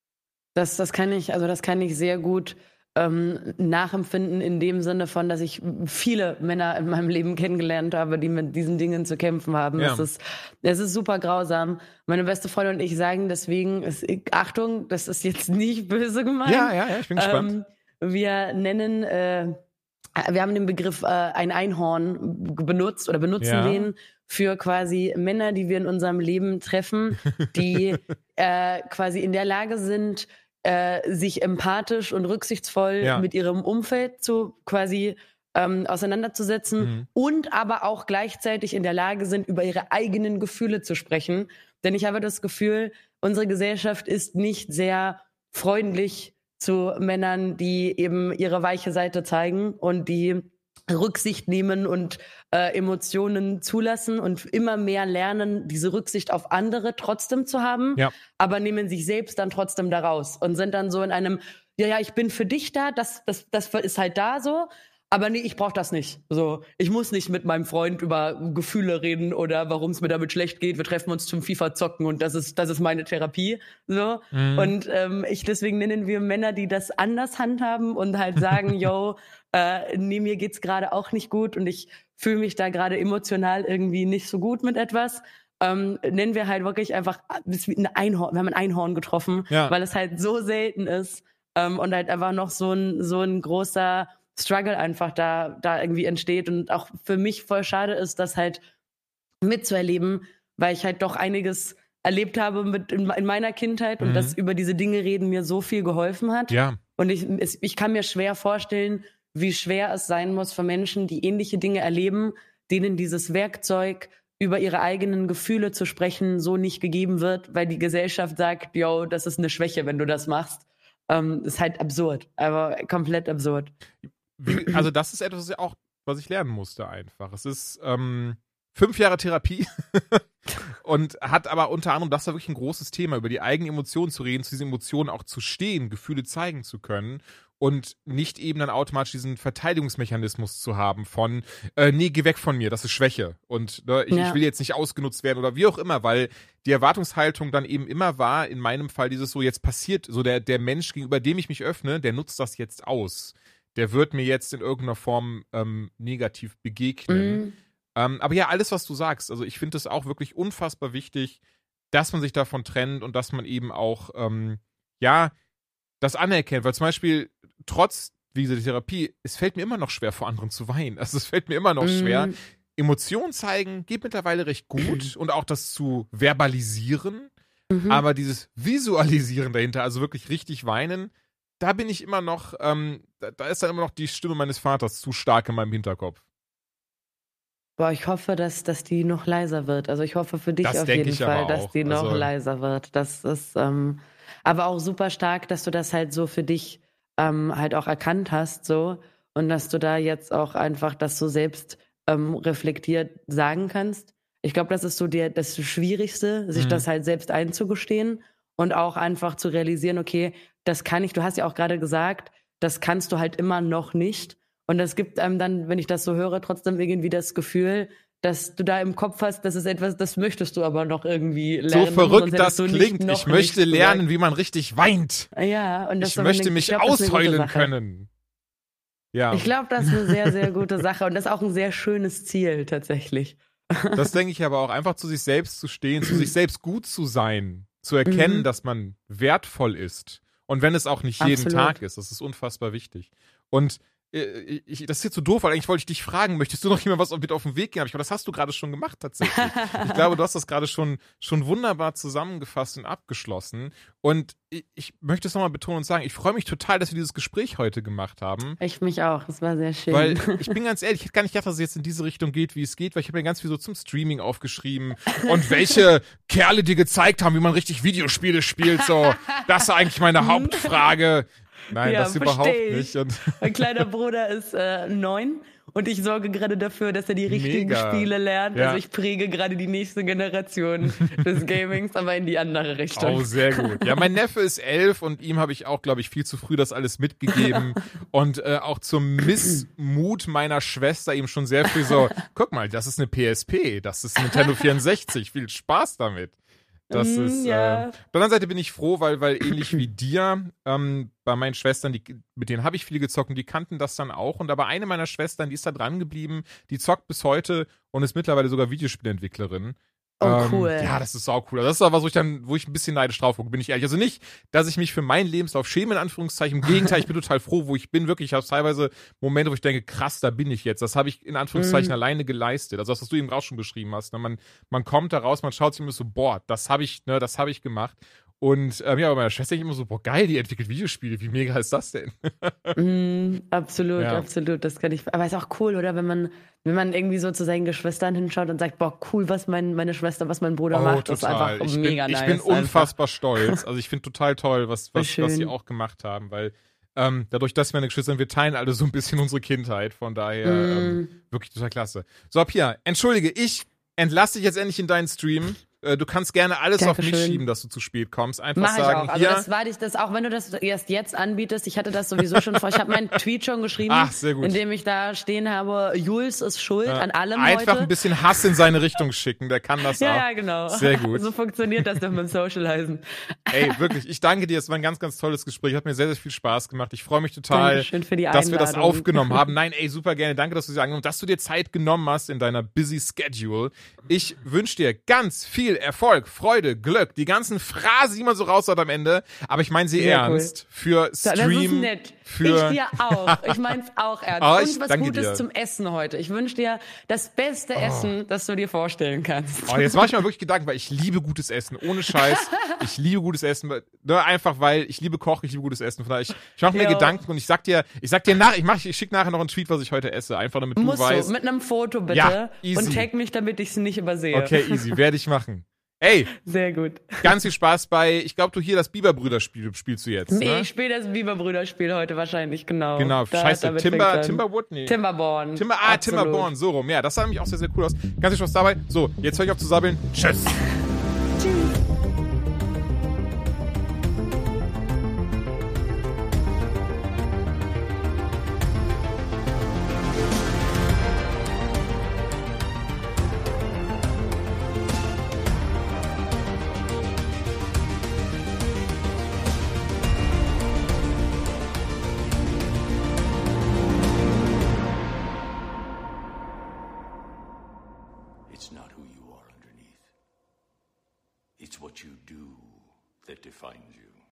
das, das kann ich, also das kann ich sehr gut ähm, nachempfinden in dem Sinne von, dass ich viele Männer in meinem Leben kennengelernt habe, die mit diesen Dingen zu kämpfen haben. Ja. Das ist, das ist super grausam. Meine beste Freundin und ich sagen deswegen, ist, Achtung, das ist jetzt nicht böse gemeint. Ja, ja, ja, ich bin gespannt. Ähm, wir nennen, äh, wir haben den Begriff äh, ein Einhorn benutzt oder benutzen Ja. den für quasi Männer, die wir in unserem Leben treffen, die äh, quasi in der Lage sind, äh, sich empathisch und rücksichtsvoll Ja. mit ihrem Umfeld zu quasi ähm, auseinanderzusetzen Mhm. und aber auch gleichzeitig in der Lage sind, über ihre eigenen Gefühle zu sprechen. Denn ich habe das Gefühl, unsere Gesellschaft ist nicht sehr freundlich zu Männern, die eben ihre weiche Seite zeigen und die Rücksicht nehmen und äh, Emotionen zulassen und immer mehr lernen, diese Rücksicht auf andere trotzdem zu haben, Ja. aber nehmen sich selbst dann trotzdem da raus und sind dann so in einem, ja, ja, ich bin für dich da, das, das, das ist halt da so, aber nee, ich brauche das nicht. So, ich muss nicht mit meinem Freund über Gefühle reden oder warum es mir damit schlecht geht. Wir treffen uns zum FIFA zocken und das ist, das ist meine Therapie. So. Mhm. Und ähm, ich deswegen nennen wir Männer, die das anders handhaben und halt sagen, yo, äh, nee, mir geht's gerade auch nicht gut und ich fühle mich da gerade emotional irgendwie nicht so gut mit etwas. Ähm, nennen wir halt wirklich einfach ein Einhorn. Wir haben ein Einhorn getroffen, Ja. weil es halt so selten ist ähm, und halt einfach noch so ein so ein großer Struggle einfach da da irgendwie entsteht und auch für mich voll schade ist, das halt mitzuerleben, weil ich halt doch einiges erlebt habe mit in, in meiner Kindheit und Mhm. das über diese Dinge reden mir so viel geholfen hat. Ja. Und ich, es, ich kann mir schwer vorstellen, wie schwer es sein muss für Menschen, die ähnliche Dinge erleben, denen dieses Werkzeug über ihre eigenen Gefühle zu sprechen so nicht gegeben wird, weil die Gesellschaft sagt, yo, das ist eine Schwäche, wenn du das machst. Ähm, ist halt absurd, aber komplett absurd. Wie, also das ist etwas, was ich auch, was ich lernen musste einfach. Es ist ähm, fünf Jahre Therapie und hat aber unter anderem, das war wirklich ein großes Thema, über die eigenen Emotionen zu reden, zu diesen Emotionen auch zu stehen, Gefühle zeigen zu können und nicht eben dann automatisch diesen Verteidigungsmechanismus zu haben von, äh, nee, geh weg von mir, das ist Schwäche und ne, ich, Ja. ich will jetzt nicht ausgenutzt werden oder wie auch immer, weil die Erwartungshaltung dann eben immer war, in meinem Fall dieses so, jetzt passiert, so der, der Mensch, gegenüber dem ich mich öffne, der nutzt das jetzt aus. Der wird mir jetzt in irgendeiner Form ähm, negativ begegnen. Mhm. Ähm, aber ja, alles, was du sagst, also ich finde es auch wirklich unfassbar wichtig, dass man sich davon trennt und dass man eben auch, ähm, ja, das anerkennt. Weil zum Beispiel, trotz dieser Therapie, es fällt mir immer noch schwer, vor anderen zu weinen. Also es fällt mir immer noch schwer. Mhm. Emotionen zeigen geht mittlerweile recht gut und auch das zu verbalisieren, Mhm. aber dieses Visualisieren dahinter, also wirklich richtig weinen, da bin ich immer noch, ähm, da, da ist dann immer noch die Stimme meines Vaters zu stark in meinem Hinterkopf. Boah, ich hoffe, dass, dass die noch leiser wird. Also ich hoffe für dich Das auf denke jeden ich Fall, aber dass auch. die noch Also- leiser wird. Das ist ähm, aber auch super stark, dass du das halt so für dich ähm, halt auch erkannt hast, so und dass du da jetzt auch einfach das so selbst ähm, reflektiert sagen kannst. Ich glaube, das ist so der, das Schwierigste, sich Mhm. das halt selbst einzugestehen und auch einfach zu realisieren, okay, das kann ich, du hast ja auch gerade gesagt, das kannst du halt immer noch nicht. Und das gibt einem dann, wenn ich das so höre, trotzdem irgendwie das Gefühl, dass du da im Kopf hast, das ist etwas, das möchtest du aber noch irgendwie lernen. So sonst verrückt hättest das du nicht klingt, noch ich möchte nichts lernen, wie man richtig weint. gesagt. Ja, und das Ich ist aber möchte eine- mich glaub, das ist eine gute ausheulen Sache. können. Ja, Ich glaube, das ist eine sehr, sehr gute Sache und das ist auch ein sehr schönes Ziel tatsächlich. das denke ich aber auch, einfach zu sich selbst zu stehen, zu sich selbst gut zu sein, zu erkennen, Mhm. dass man wertvoll ist. Und wenn es auch nicht jeden Absolut. Tag ist, das ist unfassbar wichtig. Und äh, ich, das ist jetzt so doof, weil eigentlich wollte ich dich fragen, möchtest du noch jemand was mit auf den Weg geben? Aber das hast du gerade schon gemacht tatsächlich. Ich glaube, du hast das gerade schon, schon wunderbar zusammengefasst und abgeschlossen. Und ich, ich möchte es nochmal betonen und sagen, ich freue mich total, dass wir dieses Gespräch heute gemacht haben. Ich mich auch, das war sehr schön. Weil ich bin ganz ehrlich, ich hätte gar nicht gedacht, dass es jetzt in diese Richtung geht, wie es geht, weil ich habe mir ganz viel so zum Streaming aufgeschrieben und welche Kerle dir gezeigt haben, wie man richtig Videospiele spielt, so. Das ist eigentlich meine Hauptfrage. Nein, ja, das überhaupt ich. nicht. Und mein kleiner Bruder ist äh, neun und ich sorge gerade dafür, dass er die richtigen Mega. Spiele lernt. Ja. Also ich präge gerade die nächste Generation des Gamings, aber in die andere Richtung. Oh, sehr gut. Ja, mein Neffe ist elf und ihm habe ich auch, glaube ich, viel zu früh das alles mitgegeben und äh, auch zum Missmut meiner Schwester ihm schon sehr viel so, guck mal, das ist eine P S P, das ist ein Nintendo vierundsechzig, viel Spaß damit. Das Mm, ist, ja. äh, auf der anderen Seite bin ich froh, weil, weil ähnlich wie dir, ähm, bei meinen Schwestern, die, mit denen habe ich viele gezockt und die kannten das dann auch. Und aber eine meiner Schwestern, die ist da dran geblieben, die zockt bis heute und ist mittlerweile sogar Videospielentwicklerin. Oh, ähm, cool. Ja, das ist sau cool. Das ist aber was, wo ich dann, wo ich ein bisschen neidisch drauf gucke, bin ich ehrlich. Also nicht, dass ich mich für meinen Lebenslauf schäme, in Anführungszeichen. Im Gegenteil, ich bin total froh, wo ich bin. Wirklich, ich habe teilweise Momente, wo ich denke, krass, da bin ich jetzt. Das habe ich in Anführungszeichen Mhm. alleine geleistet. Also das, was du eben auch schon beschrieben hast. Ne? Man, man kommt da raus, man schaut sich immer so, boah, das habe ich, ne, das habe ich gemacht. Und ähm, ja, bei meiner Schwester denke ich immer so, boah, geil, die entwickelt Videospiele. Wie mega ist das denn? Mm, absolut, Ja. absolut. Das kann ich. Aber ist auch cool, oder? Wenn man, wenn man irgendwie so zu seinen Geschwistern hinschaut und sagt, boah, cool, was mein, meine Schwester, was mein Bruder macht. Das ist einfach ich mega bin, nice. Ich bin unfassbar einfach. stolz. Also ich finde total toll, was, was, Schön. was sie auch gemacht haben, weil ähm, dadurch, dass meine Geschwister, wir teilen alle so ein bisschen unsere Kindheit. Von daher Mm. ähm, wirklich total klasse. So, Pia, entschuldige, ich entlasse dich jetzt endlich in deinen Stream. Äh, Du kannst gerne alles auf mich Dankeschön. schieben, dass du zu spät kommst. Einfach Mach ich sagen, auch. Also hier. das war ich, das, auch wenn du das erst jetzt anbietest, ich hatte das sowieso schon vor. Ich habe meinen Tweet schon geschrieben, Ach, sehr gut. in dem ich da stehen habe, Jules ist schuld an allem Einfach heute. ein bisschen Hass in seine Richtung schicken, der kann das ja, auch. ja, genau. Sehr gut. So funktioniert das doch mit dem Socializen. Ey, wirklich, ich danke dir, es war ein ganz, ganz tolles Gespräch, hat mir sehr, sehr viel Spaß gemacht. Ich freue mich total, Dankeschön für die dass wir das Einladung. aufgenommen haben. Nein, ey, super gerne, danke, dass du sie angenommen hast, dass du dir Zeit genommen hast in deiner busy Schedule. Ich wünsche dir ganz viel Erfolg, Freude, Glück, die ganzen Phrasen, die man so raus hat am Ende, aber ich meine sie Sehr ernst. Für Das ist Stream, nett. für... Ich dir auch. Ich mein's auch ernst. Ah, ich Und was danke Gutes dir. zum Essen heute. Ich wünsche dir das beste Essen, das du dir vorstellen kannst. Oh, jetzt mache ich mir wirklich Gedanken, weil ich liebe gutes Essen, ohne Scheiß. Ich liebe gutes Essen, weil- ne, einfach weil ich liebe Kochen, ich liebe gutes Essen. Von daher, ich, ich mache mir Ja. Gedanken und ich sag dir, ich sag dir nach, ich mach, ich schicke nachher noch einen Tweet, was ich heute esse, einfach damit du Musst weißt. du, mit einem Foto bitte. Ja, easy. Und tag mich, damit ich es nicht übersehe. Okay, easy, werde ich machen. Ey, Sehr gut. ganz viel Spaß bei, ich glaube, du hier das Biberbrüder-Spiel spielst du jetzt, ne? Ich spiele das Biberbrüder-Spiel heute wahrscheinlich, genau. Genau, Da- scheiße, damit Timber, fängt's an. Timberwood? Nee. Timberborn. Timber, ah, Absolut. Timberborn, so rum, ja, das sah nämlich auch sehr, sehr cool aus. Ganz viel Spaß dabei. So, jetzt höre ich auf zu sabbeln. Tschüss. It's not who you are underneath. It's what you do that defines you.